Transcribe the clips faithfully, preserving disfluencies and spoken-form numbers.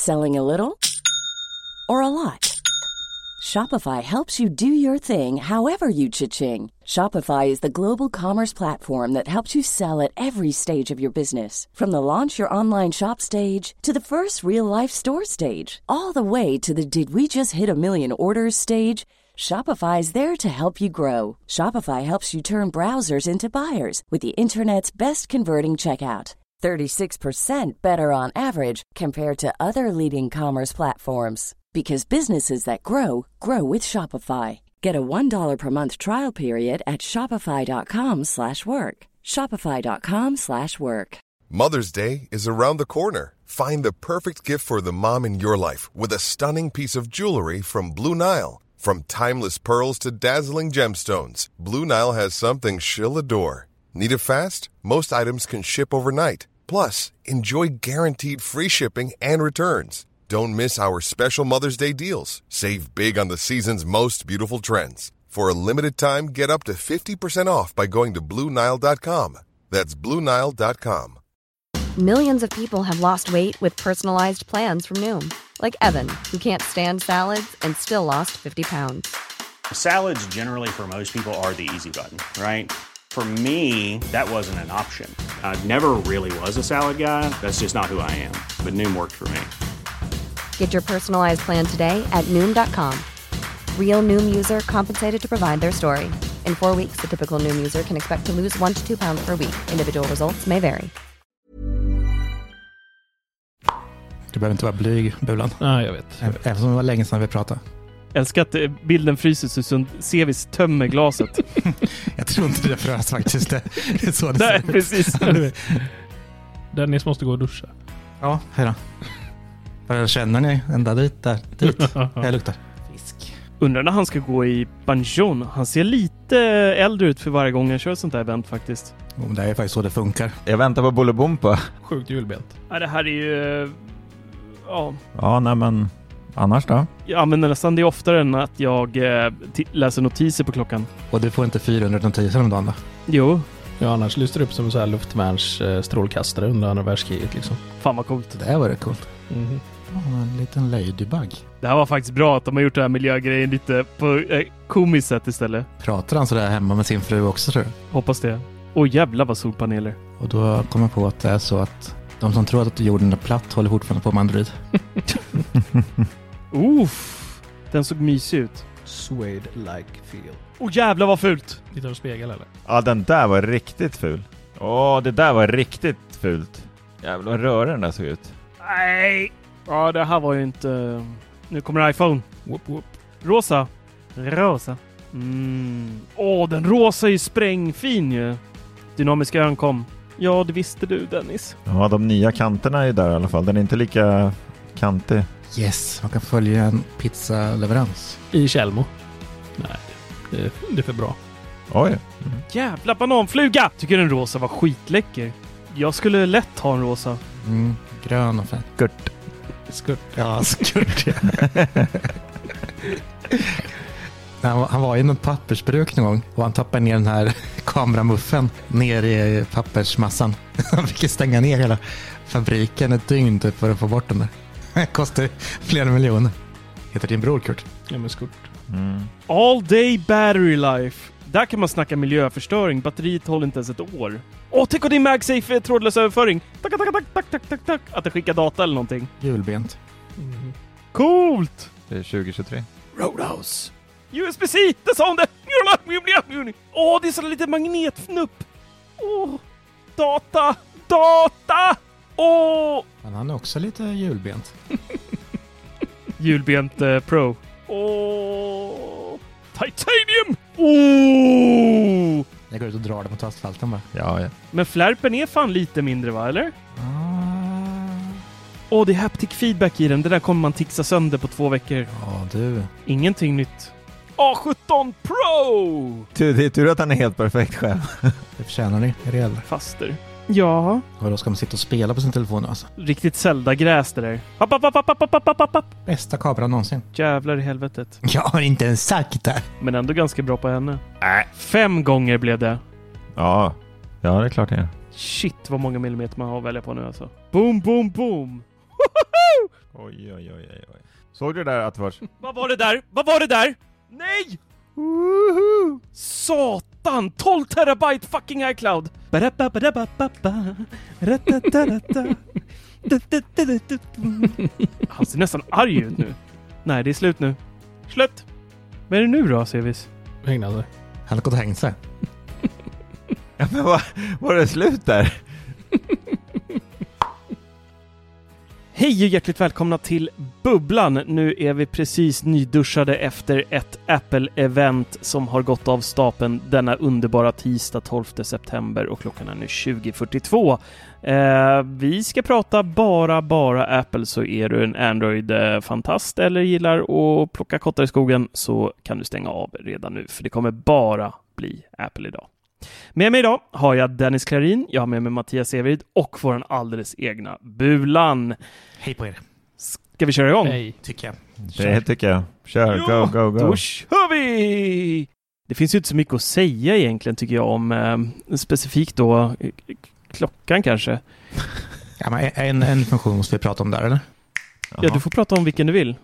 Selling a little or a lot? Shopify helps you do your thing however you cha-ching. Shopify is the global commerce platform that helps you sell at every stage of your business. From the launch your online shop stage to the first real-life store stage, all the way to the did we just hit a million orders stage. Shopify is there to help you grow. Shopify helps you turn browsers into buyers with the internet's best converting checkout. thirty-six percent better on average compared to other leading commerce platforms. Because businesses that grow, grow with Shopify. Get a one dollar per month trial period at shopify.com slash work. Shopify.com slash work. Mother's Day is around the corner. Find the perfect gift for the mom in your life with a stunning piece of jewelry from Blue Nile. From timeless pearls to dazzling gemstones, Blue Nile has something she'll adore. Need it fast? Most items can ship overnight. Plus, enjoy guaranteed free shipping and returns. Don't miss our special Mother's Day deals. Save big on the season's most beautiful trends. For a limited time, get up to fifty percent off by going to Blue Nile dot com. That's Blue Nile dot com. Millions of people have lost weight with personalized plans from Noom. Like Evan, who can't stand salads and still lost fifty pounds. Salads generally for most people are the easy button, right? For me, that wasn't an option. I never really was a salad guy. That's just not who I am. But Noom worked for me. Get your personalized plan today at Noom dot com. Real Noom user compensated to provide their story. In four weeks, the typical Noom user can expect to lose one to two pounds per week. Individual results may vary. Du behöver inte vara blyg, Bulan. Ja, jag vet. Även om det var länge sedan vi pratade. Jag älskar att bilden fryser så Sevis tömmer glaset. Jag tror inte det frös faktiskt. Det är så det Nej, ser precis. Dennis måste gå och duscha. Ja, hej då. Vad känner ni? Ända dit, där, dit. Jag luktar fisk. Undrar när han ska gå i pension. Han ser lite äldre ut för varje gång jag kör sånt här event faktiskt. Oh, det är faktiskt så det funkar. Jag väntar på Bolibompa. Sjukt julbent. Ja, det här är ju... Ja, ja nej men... Annars då? Jag använder nästan det oftare än att jag eh, t- läser notiser på klockan. Och du får inte fyrahundra notiser om dagen då? Jo. Ja, annars lyster upp som så här luftvärns eh, strålkastare under andra världskriget liksom. Fan vad coolt. Det här var rätt coolt. Mm-hmm. Oh, en liten ladybug. Det här var faktiskt bra att de har gjort den här miljögrejen lite på eh, komiskt sätt istället. Pratar han sådär hemma med sin fru också, tror du? Hoppas det. Åh jävlar vad solpaneler. Och då kommer jag på att det är så att de som tror att jorden är platt håller fortfarande på med Android. Uff, den såg mysig ut. Suede like feel. Åh jävlar vad fult. Tittar du spegel eller? Ja, den där var riktigt ful. Åh, det där var riktigt fult. Jävlar vad rörig den där såg ut. Nej. Ja, det här var ju inte... Nu kommer iPhone. Whoop, whoop. Rosa. Rosa. Mm. Åh, den rosa är ju sprängfin ju. Dynamiska ön kom. Ja, det visste du, Dennis. Ja, de nya kanterna är där i alla fall. Den är inte lika kantig. Yes, man kan följa en pizzaleverans. I Kjellmo. Nej, det, det är för bra. Oj. Mm. Jävla bananfluga! Tycker den rosa var skitläcker. Jag skulle lätt ha en rosa. Mm, grön och fin. Skurt. Skurt, ja, skurt. Ja. han, var, han var i en pappersbruk någon gång och han tappade ner den här kameramuffen ner i pappersmassan. Han fick stänga ner hela fabriken ett dygn typ för att få bort den där. Det kostar flera miljoner. Heter din bror Kurt? Ja, men skurt. Mm. All day battery life. Där kan man snacka miljöförstöring. Batteriet håller inte ens ett år. Åh, tänk om din MagSafe är trådlös överföring. Tack, tack, tack, tack, tack, tack, tack. Att det skickar data eller någonting. Julbent. Mm. Coolt! Det är tjugo tjugotre. Roadhouse. U S B C, det sa hon det. Åh, det är så lite magnetfnupp. Åh, data, data. Åh. Men han är också lite julbent. Julbent uh, Pro. Åh, titanium. Åh. Jag går ut och drar det mot asfalten bara. Ja, ja. Men flärpen är fan lite mindre, va, eller? Ah. Åh, det är haptic feedback i den. Det där kommer man tixa sönder på två veckor. Ja, du. Ingenting nytt. A sjutton Pro! Det är tur att han är helt perfekt själv. Det förtjänar ni, är det eller? Faster. Ja. Och då ska man sitta och spela på sin telefon nu alltså. Riktigt Zelda-gräs det där. Hopp, hopp, hopp, hopp, hopp, hopp, hopp. Bästa kameran någonsin. Jävlar i helvetet. Jag har inte ens sagt det. Men ändå ganska bra på henne. Äh. Fem gånger blev det. Ja, ja det är klart det är. Shit vad många millimeter man har att välja på nu alltså. Boom, boom, boom. Oj oj, oj, oj. Såg du det där, Attvars? Vad var det där? Vad var det där? Nej! Woohoo! Satan! tolv terabyte fucking iCloud! Han ser nästan arg ut nu. Nej, det är slut nu. Slut! Vad är det nu då, Sevis? Hängde sig. Han har gått och hängt sig. Ja, men vad, var det slut där? Hej och hjärtligt välkomna till Bubblan. Nu är vi precis nyduschade efter ett Apple-event som har gått av stapeln denna underbara tisdag tolfte september och klockan är nu tjugo fyrtiotvå. Eh, vi ska prata bara, bara Apple, så är du en Android-fantast eller gillar att plocka kottar i skogen så kan du stänga av redan nu, för det kommer bara bli Apple idag. Med mig idag har jag Dennis Klarin, jag har med mig Mattias Everyd och vår alldeles egna Bulan. Hej på er. Ska vi köra igång? Hej. Tycker jag. Det tycker jag. Kör, ja, go, go, go. Då kör vi! Det finns ju inte så mycket att säga egentligen tycker jag om eh, specifikt då eh, klockan kanske. Ja, men en, en funktion måste vi prata om där, eller? Jaha. Ja, du får prata om vilken du vill.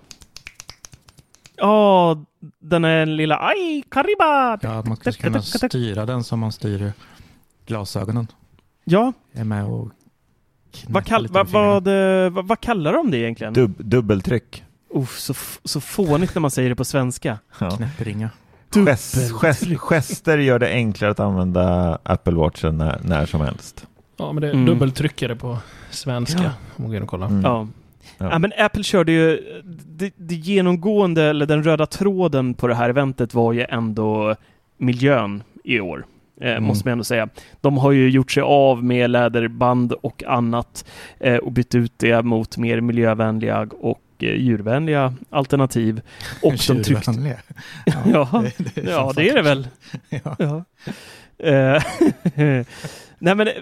Ja, oh, den är en lilla aj, kariba! Ja, man ska kunna styra den som man styr glasögonen. Ja. Jag är med och vad, kall, va, vad, vad, vad kallar de det egentligen? Dub, dubbeltryck. Uff, så, så fånigt när man säger det på svenska. Ja. Knäppringa. Gest, gest, gester gör det enklare att använda Apple Watchen när, när som helst. Ja, men det är mm. dubbeltryckare på svenska. Ja. Om man går in och kolla. Mm. Ja. Ja. Ja, men Apple körde ju det, det genomgående, eller den röda tråden på det här eventet var ju ändå miljön i år. Eh, mm. Måste man ändå säga. De har ju gjort sig av med läderband och annat eh, och bytt ut det mot mer miljövänliga och eh, djurvänliga alternativ. Och de djurvänliga? Ja, ja, det, det, är, ja, det är det väl. Ja. Ja. Eh, Nej, men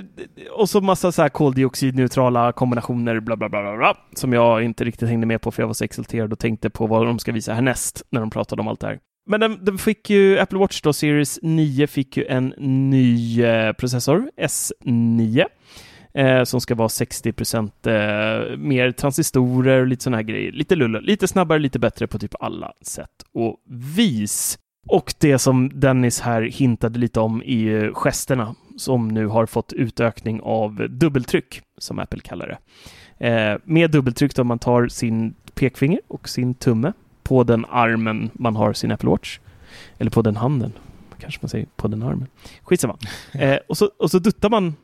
och så massa så här koldioxidneutrala kombinationer bla bla bla bla, bla som jag inte riktigt hängde med på för jag var så exalterad och tänkte på vad de ska visa härnäst när de pratade om allt det här. Men den, den fick ju Apple Watch då, Series nio fick ju en ny eh, processor, S nio, eh, som ska vara sextio procent eh, mer transistorer och lite såna här grejer. Lite lulla, lite snabbare, lite bättre på typ alla sätt och vis. Och det som Dennis här hintade lite om i gesterna som nu har fått utökning av dubbeltryck, som Apple kallar det. Eh, med dubbeltryck då man tar sin pekfinger och sin tumme på den armen man har sin Apple Watch. Eller på den handen. Kanske man säger på den armen. Skitsamma. Eh, och, så, och så duttar man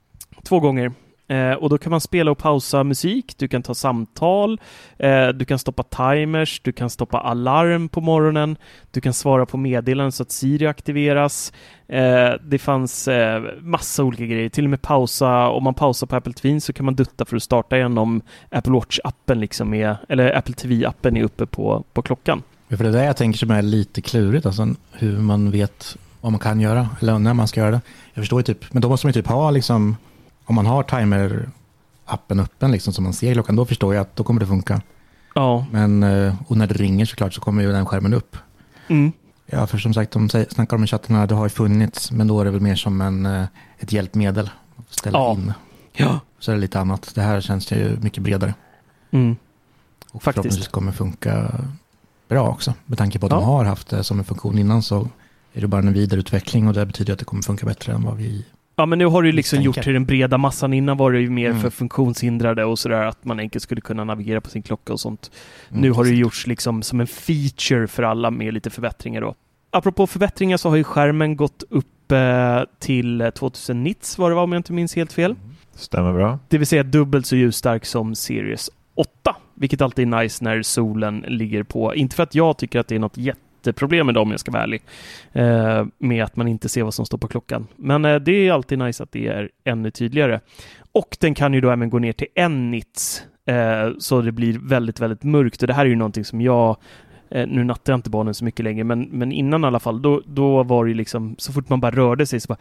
två gånger. Eh, och då kan man spela och pausa musik, du kan ta samtal, eh, du kan stoppa timers, du kan stoppa alarm på morgonen, du kan svara på meddelanden så att Siri aktiveras. Eh, det fanns eh, massa olika grejer, till och med pausa, om man pausar på Apple T V så kan man dutta för att starta igen om Apple Watch-appen liksom är, eller Apple T V-appen är uppe på, på klockan. Ja, för det där jag tänker som är lite klurigt, alltså hur man vet vad man kan göra eller när man ska göra det. Jag förstår ju typ, men då måste man ju typ ha liksom, om man har timer-appen öppen liksom, så man ser klockan, då förstår jag att då kommer det funka. Ja. Men, och när det ringer såklart så kommer ju den skärmen upp. Mm. Ja, för som sagt, de snackar om i chatten här, det har ju funnits, men då är det väl mer som en, ett hjälpmedel att ställa ja. in. Ja. Så är det lite annat. Det här känns ju mycket bredare. Mm. Och faktiskt. förhoppningsvis kommer funka bra också. Med tanke på att ja. de har haft det som en funktion innan så är det bara en vidareutveckling och det betyder att det kommer funka bättre än vad vi... Ja, men nu har du ju liksom gjort till den breda massan. Innan var det ju mer mm. för funktionshindrade och sådär, att man enkelt skulle kunna navigera på sin klocka och sånt. Mm, nu har det gjorts liksom som en feature för alla med lite förbättringar då. Apropå förbättringar så har ju skärmen gått upp eh, till tvåtusen nits var det var, om jag inte minns helt fel. Stämmer bra. Det vill säga dubbelt så ljusstark som Series åtta, vilket alltid är nice när solen ligger på. Inte för att jag tycker att det är något jätteproblem med dem, om jag ska vara ärlig, eh, med att man inte ser vad som står på klockan. Men eh, det är alltid nice att det är ännu tydligare. Och den kan ju då även gå ner till en nits, eh, så det blir väldigt, väldigt mörkt. Och det här är ju någonting som jag, eh, nu nattar jag inte barnen så mycket längre, men, men innan i alla fall, då, då var det ju liksom, så fort man bara rörde sig så bara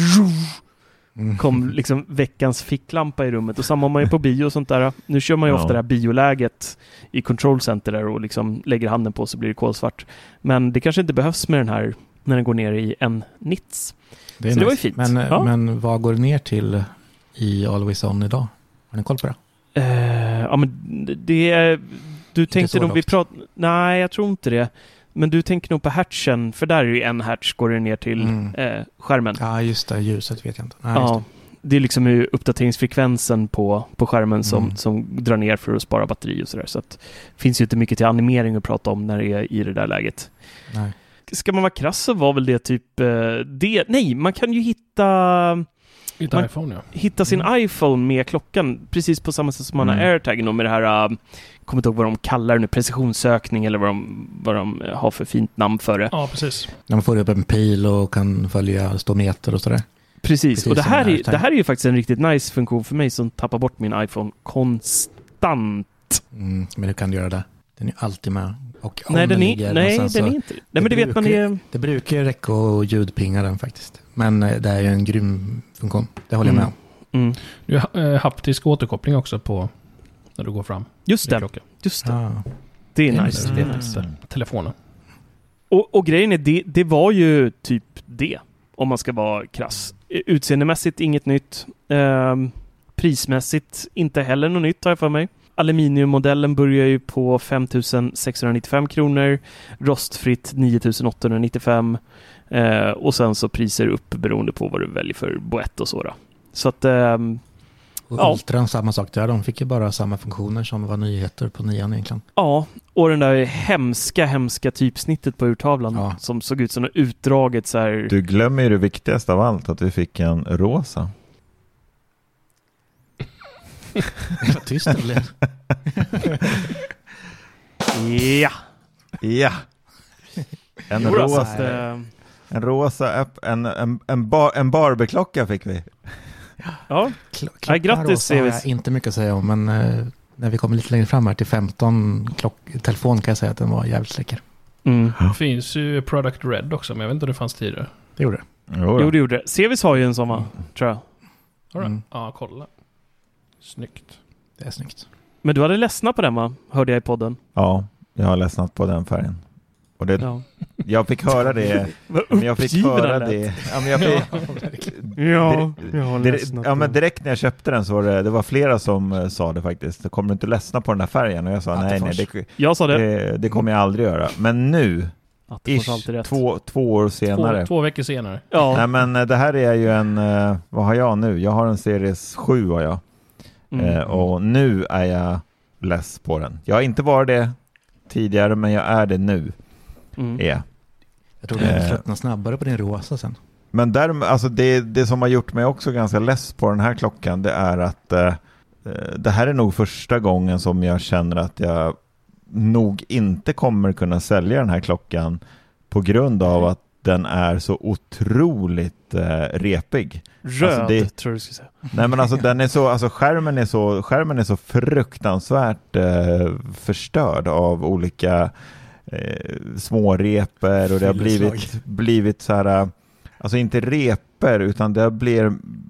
kom liksom veckans ficklampa i rummet. Och samma om man är på bio och sånt där. Nu kör man ju ja. ofta det här bioläget i Control Center där och liksom lägger handen på så blir det kolsvart. Men det kanske inte behövs med den här när den går ner i en nits. Det är så nice. Det var ju fint. Men, ja. men vad går det ner till i Always On idag? Har ni koll på det? Uh, ja, men det är... Du tänkte nog... Vi prat, nej, jag tror inte det. Men du tänker nog på hertzen, för där är ju en hertz går det ner till mm. eh, skärmen. Ja, just det. Ljuset vet jag inte. Nej, ja, det. det är liksom ju uppdateringsfrekvensen på, på skärmen som, mm. som drar ner för att spara batteri och sådär. Så att det finns ju inte mycket till animering att prata om när det är i det där läget. Nej. Ska man vara krass så var väl det typ... Eh, det, nej, man kan ju hitta... Hitta man, iPhone, ja. Hitta sin mm. iPhone med klockan precis på samma sätt som man mm. har AirTagen och med det här... Uh, kommer inte ihåg vad de kallar det nu, precisionssökning eller vad de, vad de har för fint namn för det. Ja, precis. När man får upp en pil och kan följa stometer och sådär. Precis, precis och det här, är, det här är ju faktiskt en riktigt nice funktion för mig som tappar bort min iPhone konstant. Mm, men du kan göra det. Den är alltid med. Och nej, den är, nej, den är inte. Nej, men det brukar, vet man är... Det brukar ju räcka och ljudpinga den faktiskt. Men det är ju en grym funktion. Det håller mm. jag med om. Mm. Du har äh, haptisk återkoppling också på när du går fram. Just det. Just det. Ah. Det är det nice. Det är nice. Mm. Telefonen. Och, och grejen är, det, det var ju typ det. Om man ska vara krass. Utseendemässigt inget nytt. Ehm, prismässigt inte heller något nytt har jag för mig. Aluminiummodellen börjar ju på fem tusen sexhundranittiofem kronor. Rostfritt nio tusen åttahundranittiofem. Ehm, och sen så priser upp beroende på vad du väljer för boett och så då. Så att... Ehm, Och ja. Ultran, samma sak där. De fick ju bara samma funktioner som var nyheter på nian egentligen. Ja, och den där hemska, hemska typsnittet på urtavlan ja. Som såg ut som något utdraget så här... Du glömmer ju det viktigaste av allt, att vi fick en rosa. Vad tyst det blev. Ja. Ja. En jo, rosa. Att, äh... En rosa app, en, en, en, bar, en barberklocka fick vi. Ja, Kl- ja grattis ser vi. Inte mycket att säga om, men eh, när vi kommer lite längre fram här till femton klock- telefon kan jag säga att den var jävligt läcker. Mm. Det finns ju Product Red också, men jag vet inte om det fanns tidigare. Det gjorde det. Jo, jo det gjorde det. Sevis har ju en sån va, mm. tror jag. Har du? Mm. Ja, kolla. Snyggt. Det är snyggt. Men du hade ledsnat på den va? Hörde jag i podden. Ja, jag har ledsnat på den färgen. Och det, ja. Jag fick höra det. men jag fick höra det. Ja, men jag fick, ja, jag direkt, ja, men direkt när jag köpte den så var det, det var flera som uh, sa det faktiskt. Det kommer inte ledsna på den där färgen. Och jag sa ja, nej, nej. Det, jag sa det. Det, det kommer jag aldrig göra. Men nu, ish, två, två år senare. Två, två veckor senare. Ja. Nej, men uh, det här är ju en, uh, vad har jag nu? Jag har en Series sju har jag. Mm. Uh, och nu är jag less på den. Jag har inte varit det tidigare, men jag är det nu. Mm. Yeah. Jag tror det tröttnar snabbare på din rosa sen. Men där, alltså det, det som har gjort mig också ganska less på den här klockan, det är att eh, det här är nog första gången som jag känner att jag nog inte kommer kunna sälja den här klockan på grund av att den är så otroligt eh, repig. Röd, alltså det, tror jag du skulle säga. Nej, men alltså den är så, alltså skärmen är så, skärmen är så fruktansvärt eh, förstörd av olika Eh, små reper och det har blivit, blivit så här, alltså inte reper utan det har blivit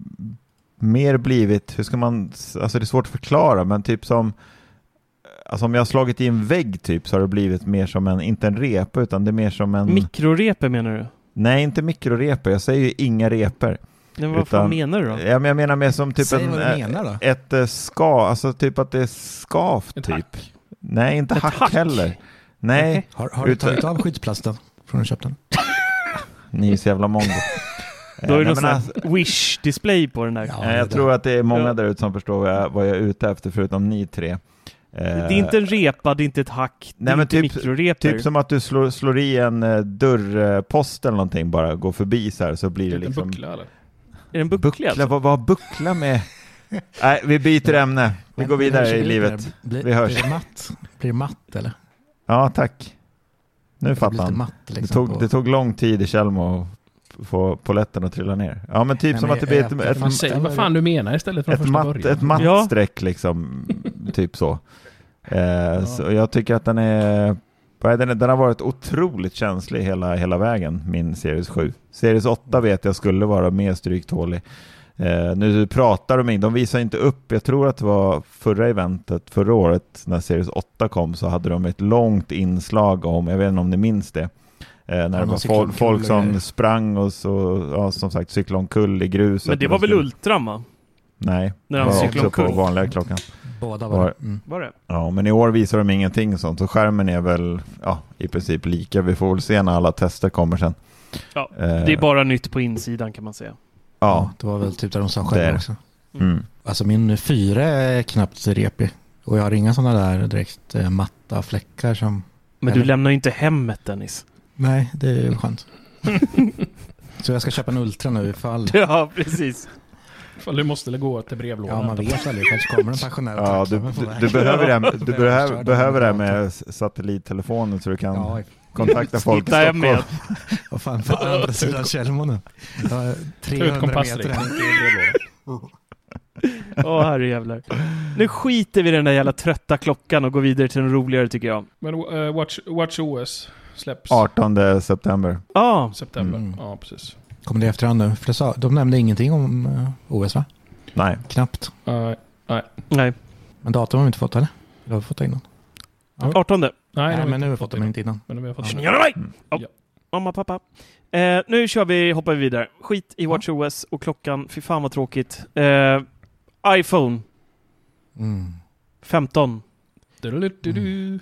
mer blivit, hur ska man, alltså det är svårt att förklara, men typ som, alltså om jag har slagit i en vägg typ så har det blivit mer som en, inte en repa utan det är mer som en... Mikroreper menar du? Nej, inte mikroreper, jag säger ju inga reper. Men vad fan menar du då? Ja, men jag menar mer som typ Säg en, vad du menar då. ett äh, ska, alltså typ att det är skavt typ. Hack. Nej, inte hack, hack heller. Nej. Okay. Har, har du tagit av skyddsplasten från att köpa den? Ni är så jävla mongo. Då är det någon sån här Wish-display på den där. Ja, jag tror att det är många där ute som förstår vad jag, vad jag är ute efter förutom ni tre. Det är inte en repa, det är inte ett hack, det nej, är men inte typ, mikroreper. Typ som att du slår, slår i en uh, dörrpost eller någonting, bara går förbi så här så blir det, det liksom... En buckla eller? Är det en buckla? buckla alltså? Vad, vad har buckla med? Nej, vi byter ämne. Vi men, går vidare i livet. Blir, vi hörs. Blir det matt? Blir det matt eller? Ja, tack. Nu fattar han. Matt, liksom, det, tog, på... det tog lång tid i Kjellmo att få poletten att trilla ner. Ja, men typ nej, som men att det blir ett... ett, ett säg, vad fan du menar istället från ett matt, början. Ett matt ja. streck liksom, typ så. Eh, ja. Så jag tycker att den är, den är... Den har varit otroligt känslig hela, hela vägen, min Series sju. Series åtta vet jag skulle vara mer stryktålig. Eh, nu pratar de inte, de visar inte upp, jag tror att det var förra eventet, förra året när Series åtta kom så hade de ett långt inslag om, jag vet inte om ni minns det, eh, när ja, det var folk, folk som sprang och så, ja, som sagt cyklade omkull i gruset. Men det var väl Ultra va? Nej, När det han var cyklade också på omkull. vanliga klockan. Båda var, Var, mm. Var det? ja, men i år visar de ingenting sånt. Så skärmen är väl ja, i princip lika. Vi får väl se när alla tester kommer sen. Ja, Eh, det är bara nytt på insidan kan man säga. Ja, Ja, det var väl typ där de sa Det är själva det. också. mm. Alltså min fyra är knappt repig. Och jag har inga sådana där direkt eh, matta fläckar som... Men Eller? du lämnar ju inte hemmet, Dennis. Nej, det är ju skönt. Så jag ska köpa en Ultra nu ifall... Ja, precis. Ifall du måste gå till brevlådan. Ja, man vet aldrig. Kanske kommer en pensionär. och Ja, tacklar du, mig på du, väg. du behöver det, du Väl behöver, körd behöver det av med satellittelefonen så du kan Ja, kontakta folk i Hittar jag Stockholm. med. vad fan, på andra sidan Tjällmo nu. Ja, Ta ut trehundra meter kompassriktning hem. till brevlådan. Åh, herrejävlar. Nu skiter vi i den där jävla trötta klockan och går vidare till den roligare tycker jag. Men uh, Watch, Watch O S släpps artonde september. Ja, ah, september. Mm. Ja, precis. Kommer det i efterhand nu? För det sa, de nämnde ingenting om uh, O S, va? Nej. Knappt. Uh, nej. Men datum har vi inte fått, eller? Eller har vi fått det innan? artonde. Nej, Nej, de har men nu har vi inte fått det, det. men inte innan. Men de har fått Ja. det. Gör mig! Mm. Ja. Ja. Mamma, pappa. Eh, nu kör vi, hoppar vi vidare. Skit i WatchOS och klockan. Fy fan vad tråkigt. Eh, iPhone Mm. femton. Du-du-du-du.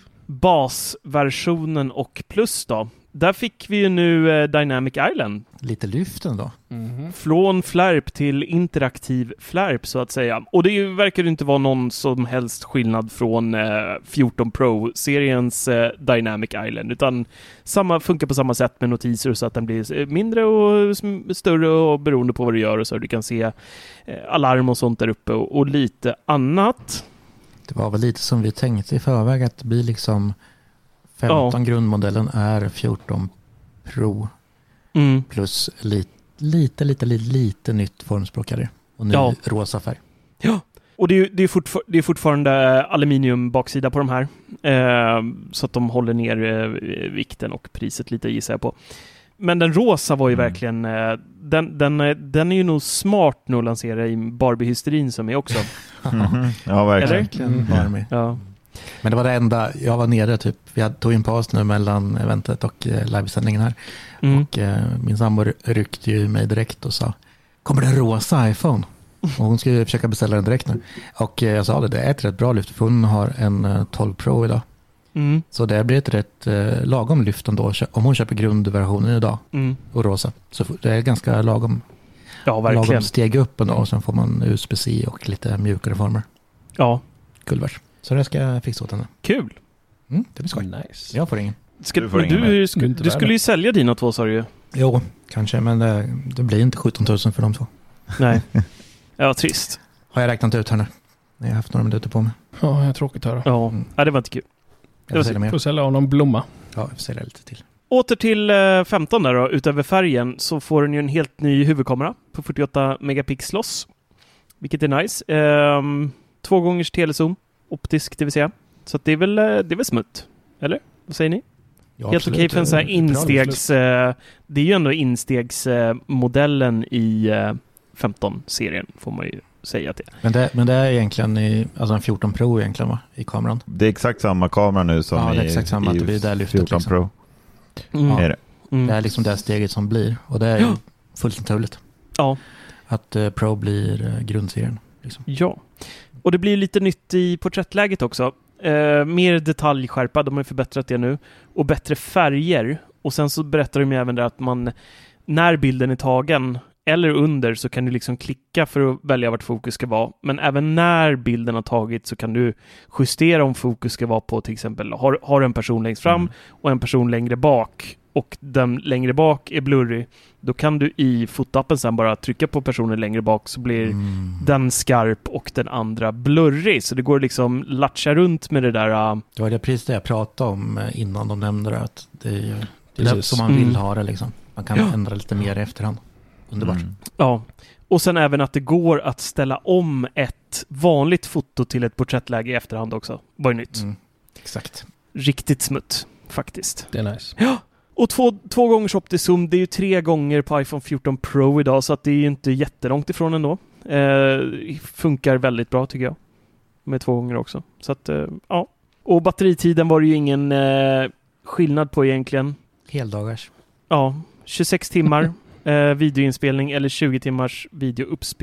Basversionen och plus då. Där fick vi ju nu eh, Dynamic Island. Lite lyft ändå. Mhm. Från flärp till interaktiv flärp så att säga. Och det är ju, verkar ju inte vara någon som helst skillnad från eh, fjorton Pro-seriens eh, Dynamic Island. Utan samma, funkar på samma sätt med notiser så att den blir mindre och sm- större och beroende på vad du gör och så. Du kan se eh, alarm och sånt där uppe och, och lite annat. Det var väl lite som vi tänkte i förväg att det blir liksom femton Ja. grundmodellen är fjorton Pro Mm. plus lite, lite, lite, lite, lite nytt formspråkare och ny Ja. rosa färg. Ja, och det är, det är, fortfar- det är fortfarande aluminium baksida på de här. Eh, så att de håller ner eh, vikten och priset lite gissar jag på. Men den rosa var ju Mm. verkligen... Eh, den, den, eh, den är ju nog smart nu att lansera i Barbie-hysterin som är också. Mhm. Ja, verkligen. Verkligen Mm. Barbie. Ja. Men det var det enda, jag var nere typ, vi hade, tog en paus nu mellan eventet och eh, livesändningen här. Mm. Och eh, min sambo ryckte ju mig direkt och sa, kommer det en rosa iPhone? Och hon skulle ju försöka beställa den direkt nu. Och eh, jag sa det, det är ett rätt bra lyft för hon har en eh, tolv Pro idag. Mm. Så det blir ett rätt eh, lagom lyft ändå om hon köper grundversionen idag Mm. och rosa. Så det är ganska lagom, Ja, verkligen. lagom steg upp ändå och sen får man U S B-C och lite mjukare former. Ja, Guldvärs. Så det ska jag fixa åt henne. kul. Mm, det blir skoj. Nice. Jag får ingen. Ska, Du får men ingen du, med. sk- Du är inte du värd skulle det. ju sälja dina två, sa du ju. Jo, kanske, men det, det blir inte sjutton tusen för de två. Nej. Ja, trist. Har jag räknat ut här nu. Jag har haft några minuter på mig. Ja, det är tråkigt att höra. Ja, Mm. ja det var inte kul. Jag får sälja mer. Får sälja av någon blomma. Ja, jag får sälja lite till. Åter till eh, femton där då, utöver färgen så får den ju en helt ny huvudkamera på fyrtioåtta megapixels. Vilket är nice. Ehm, två gångers telezoom, optisk det vill säga. Så att det är väl, eh, det är väl smutt. Eller? Vad säger ni? Ja, helt absolut. okej för en sån här Det är bra lyft. instegs... Eh, det är ju ändå instegsmodellen eh, i eh, femton-serien får man ju säga att det är. Men det, men det är egentligen i, alltså en fjorton Pro egentligen va? I kameran. Det är exakt samma kamera nu som Ja, det är i, exakt samma, i det blir det här lyftet, fjorton liksom. Pro. Mm. Är det. Mm. Det är liksom det steget som blir. Och det är ju Ja. fullt naturligt. Ja. Att eh, Pro blir eh, grundserien. Liksom. Ja. Och det blir lite nytt i porträttläget också. Eh, mer detaljskärpa, de har ju förbättrat det nu. Och bättre färger. Och sen så berättar de ju även där att man, när bilden är tagen eller under så kan du liksom klicka för att välja vart fokus ska vara. Men även när bilden har tagits så kan du justera om fokus ska vara på till exempel, har, har en person längst fram Mm. och en person längre bak och den längre bak är blurry, då kan du i fotoappen sen bara trycka på personen längre bak så blir Mm. den skarp och den andra blurrig. Så det går liksom latcha runt med det där. Uh, Det var det precis det jag pratade om eh, innan de nämnde det. Att det är ju det är Precis. som man vill Mm. ha det liksom. Man kan Ja. ändra lite mer i efterhand. Underbart. Mm. ja. Och sen även att det går att ställa om ett vanligt foto till ett porträttläge i efterhand också. Var ju nytt. Mm. Exakt. Riktigt smutt, faktiskt. Det är nice. Ja. Och två, två gångers optisk zoom, det är ju tre gånger på iPhone fjorton Pro idag, så att det är ju inte jättelångt ifrån ändå. Eh, funkar väldigt bra tycker jag. Med två gånger också. Så att, eh, ja. Och batteritiden var det ju ingen eh, skillnad på egentligen. Heldagars. Ja, tjugosex timmar eh, videoinspelning eller tjugo timmars videouppspelning.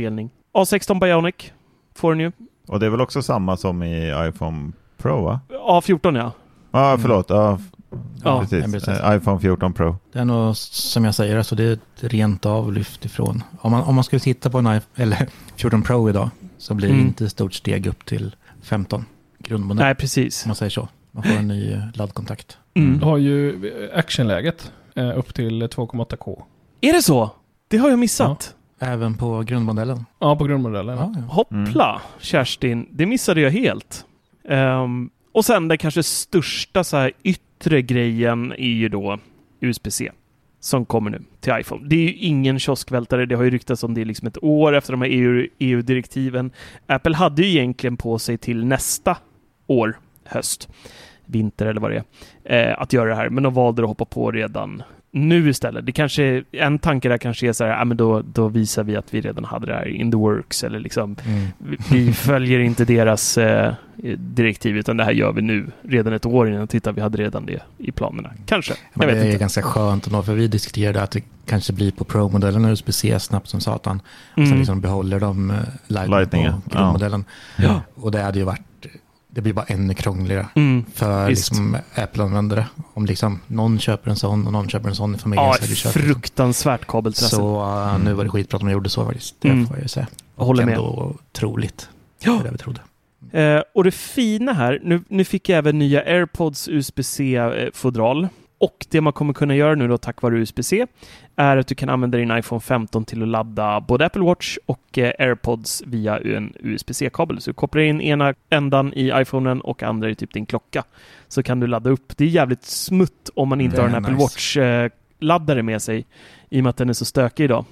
A sexton Bionic får den ju. Och det är väl också samma som i iPhone Pro, va? A fjorton, ja. Ja, ah, förlåt. Ja, ja precis. precis. Eh, iPhone fjorton Pro. Det är nog, som jag säger, alltså det är ett rent avlyft ifrån. Om man, om man skulle titta på en iPhone, eller fjorton Pro idag, så blir det mm. inte ett stort steg upp till femton grundmodell. Nej, precis. Om man säger så. Man får en ny laddkontakt. Mm. Du har ju actionläget eh, upp till två komma åtta K. Är det så? Det har jag missat. Ja. Även på grundmodellen? Ja, på grundmodellen. Ja, ja. Hoppla, mm. Kerstin. Det missade jag helt. Um, och sen den kanske största så här yttre grejen är ju då U S B-C som kommer nu till iPhone. Det är ju ingen kioskvältare. Det har ju ryktats om det liksom ett år efter de här E U-direktiven. Apple hade ju egentligen på sig till nästa år, höst, vinter eller vad det är, eh, att göra det här. Men de valde att hoppa på redan nu istället. Det kanske, en tanke där kanske är så här, ja, men då, då visar vi att vi redan hade det här in the works, eller liksom mm. vi, vi följer inte deras eh, direktiv, utan det här gör vi nu, redan ett år innan. Titta, vi hade redan det i planerna. Kanske. Men jag det vet är inte. Ganska skönt ändå, för vi diskuterade att det kanske blir på Pro-modellen U S B-C snabbt som satan. Mm. Så liksom behåller de uh, Lightning, Lightning på grundmodellen. Ja. Ja. Och det hade ju varit, det blir bara ännu krångligare mm, för liksom Apple-användare. Om liksom någon köper en sån och någon köper en sån i familjen. Ja, så är det fruktansvärt kabeltrassel. Så uh, mm. nu var det skitbra att de gjorde så faktiskt. Det mm. får jag säga. Jag håller med. Ändå troligt. Ja. Det, det vi trodde. Eh, och det fina här, nu, nu fick jag även nya AirPods U S B-C-fodral. Och det man kommer kunna göra nu då tack vare U S B-C är att du kan använda din iPhone femton till att ladda både Apple Watch och eh, AirPods via en U S B-C-kabel. Så du kopplar in ena ändan i iPhonen och andra i typ din klocka. Så kan du ladda upp. Det är jävligt smutt om man inte det har en nice. Apple Watch-laddare med sig, i och med att den är så stökig idag.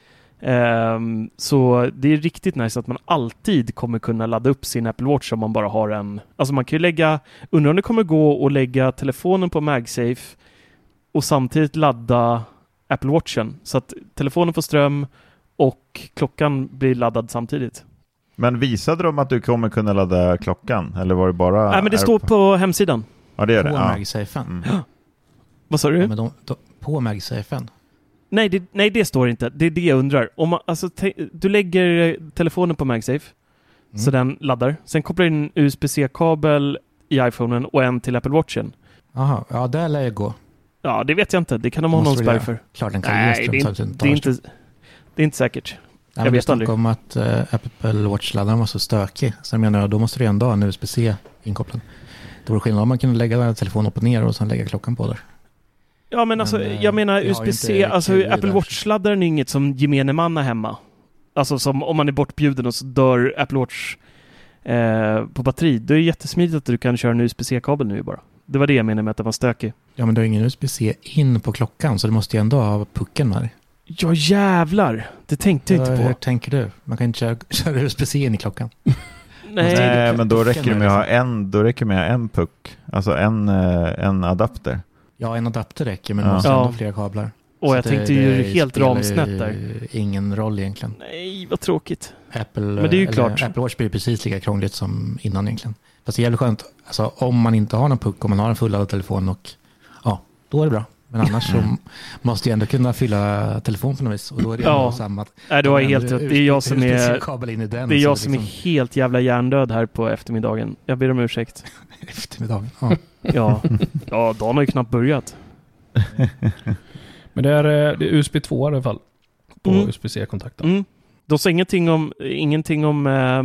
Um, så det är riktigt nice att man alltid kommer kunna ladda upp sin Apple Watch om man bara har en. Alltså man kan ju lägga, undrar om det kommer gå att lägga telefonen på MagSafe och samtidigt ladda Apple Watchen, så att telefonen får ström och klockan blir laddad samtidigt. Men visade de att du kommer kunna ladda klockan, eller var det bara? Nej, men det Airp- står på hemsidan. Ja, det är det. På Ja. MagSafen. Mm. Vad sa du? Ja, men de, de, på MagSafen. Nej det, nej, det står inte. Det är det jag undrar. Om man, alltså, te, du lägger telefonen på MagSafe, mm. så den laddar. Sen kopplar du in en U S B-C-kabel i iPhonen och en till Apple Watchen. Jaha, ja, där lär jag gå. Ja, det vet jag inte. Det kan de ha någon spärr för. Klart den kan. Nej, det är, det, är inte, det är inte säkert. Nej, jag vet aldrig. om att uh, Apple Watch-laddaren var så stökig. Sen menar jag, då måste du ändå ha en U S B-C inkopplad. Då var det skillnad om man kunde lägga telefonen upp och ner och sen lägga klockan på där. Ja, men alltså, men, jag menar U S B-C, alltså Apple Watch-laddaren är inget som gemene man har hemma. Alltså som om man är bortbjuden och så dör Apple Watch eh, på batteri. Det är jättesmidigt att du kan köra en U S B-C-kabel nu bara. Det var det jag menade med att den var stökig. Ja, men du har ingen U S B-C in på klockan, så du måste ju ändå ha pucken med dig. Ja, jävlar! Det tänkte jag ja, inte på. Hur tänker du? Man kan inte köra, köra U S B-C in i klockan. Nej, Nej men då räcker det med att ha en, då räcker det med en puck. Alltså en, en adapter. Ja, en adapter räcker, men ja. man måste ja. ändå flera kablar. Och jag det, tänkte ju det helt ramsnett där. Ingen roll egentligen. Nej, vad tråkigt. Apple, men det är ju klart. Apple Watch blir precis lika krångligt som innan egentligen. Fast det är jävligt skönt. Alltså, om man inte har någon puck, om man har en fulladdad telefon, och ja, då är det bra. Men annars så måste jag ändå kunna fylla telefon på något vis. Och då är det ja. samma. Nej, du har helt rätt. Det är jag som är, in i den, det är, jag så som liksom... är helt jävla hjärndöd här på eftermiddagen. Jag ber om ursäkt. Eftermiddagen? Ja. ja. ja, dagen har ju knappt börjat. Men det är, det är U S B två i alla fall på mm. U S B-C-kontakten. Mm. De sa ingenting om, ingenting om eh,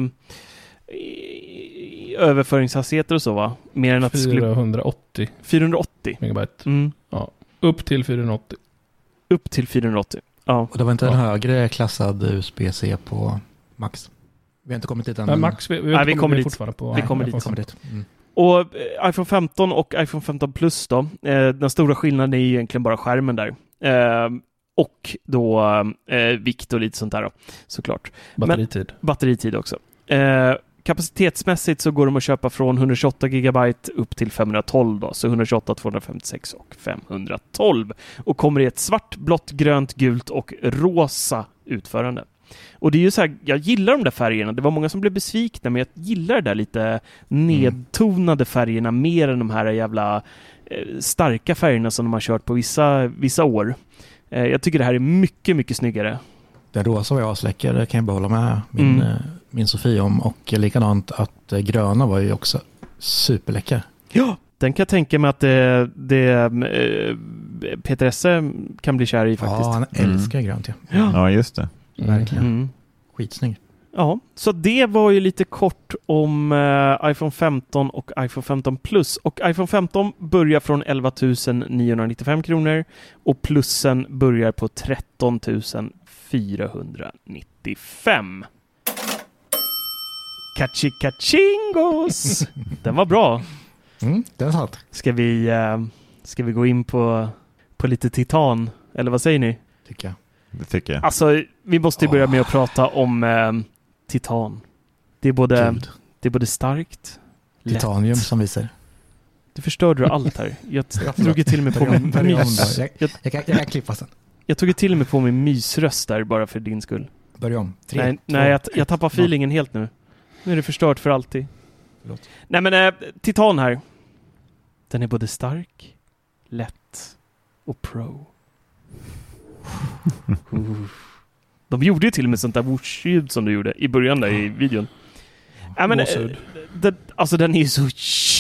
överföringshastigheter och så, va? Mer än att fyrahundraåttio fyrahundraåttio megabyte. Mm. Ja. Upp till fyrahundraåttio. Upp till fyrahundraåttio. Ja. Och det var inte ja. en högre klassad U S B-C på Max. Vi har inte kommit dit än. Nej, Max, vi, vi, Nej, vi kommer dit. Fortfarande på, vi kommer dit. Kommer dit. Mm. Och eh, iPhone femton och iPhone femton Plus då. Eh, den stora skillnaden är ju egentligen bara skärmen där. Eh, och då eh, vikt och lite sånt där då, såklart. Batteritid. Men, batteritid också. Eh, kapacitetsmässigt så går de att köpa från etthundratjugoåtta gigabyte upp till femhundratolv då. Så etthundratjugoåtta, tvåhundrafemtiosex och femhundratolv. Och kommer i ett svart, blått, grönt, gult och rosa utförande. Och det är ju så här, jag gillar de där färgerna. Det var många som blev besvikna, men jag gillar det där lite nedtonade färgerna mer än de här jävla eh, starka färgerna som de har kört på vissa, vissa år. Eh, jag tycker det här är mycket, mycket snyggare. Den rosa var jag släcker, det kan jag behålla med min, mm. min Sofie om. Och likadant att gröna var ju också superläcker. Ja, den kan jag tänka mig att det, det äh, Peter Esse kan bli kär i faktiskt. Ja, han älskar mm. grönt. Ja. Ja. ja, just det. Verkligen. Mm. Skitsnygg. Ja, så det var ju lite kort om uh, iPhone femton och iPhone femton Plus. Och iPhone femton börjar från elva tusen niohundranittiofem kronor och plussen börjar på tretton tusen fyrahundranittiofem. Kachi kachingos! Den var bra. Mm, den är sant. Ska vi, uh, ska vi gå in på, på lite titan? Eller vad säger ni? Tycker jag. Det tycker jag. Alltså, vi måste ju börja med att prata om uh, titan. Det är både, det är både starkt, titanium lätt. Som visar. Du förstörde allt här. Jag, jag tog ju till och med på min mys. Jag, jag, jag, kan, jag kan klippa sen. Jag tog ju till och med på min mysröst där bara för din skull. Börja om. Tre, nej, två, nej jag, jag ett, tappar feelingen noll. Helt nu. Nu är det förstört för alltid. Förlåt. Nej men äh, titan här. Den är både stark, lätt och pro. De gjorde ju till och med sånt där whoosh-ljud som du gjorde i början där i videon. Ja, men, äh, det, alltså den är ju så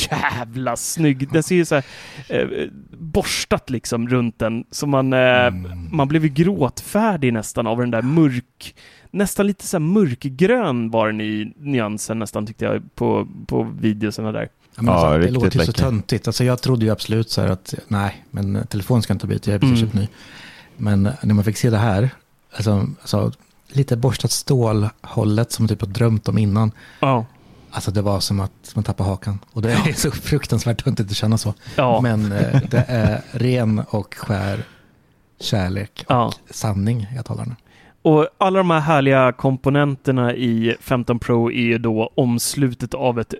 jävla snygg. Den ser ju så här äh, borstat liksom runt den. Så man, äh, mm. man blev ju gråtfärdig nästan av den där mörk, nästan lite så här mörkgrön var den i nyansen nästan tyckte jag på, på videoserna där. Ja, men alltså, ja, det låter ju så töntigt. Alltså, jag trodde ju absolut så här att nej, men telefon ska inte byta, jag är precis mm. ny. Men när man fick se det här, alltså, alltså lite borstat stålhållet som typ har drömt om innan. Ja. Alltså det var som att man tappar hakan. Och det är så fruktansvärt töntigt att känna så. Ja. Men eh, det är ren och skär kärlek och ja. sanning jag talar nu. Och alla de här härliga komponenterna i femton Pro är ju då omslutet av ett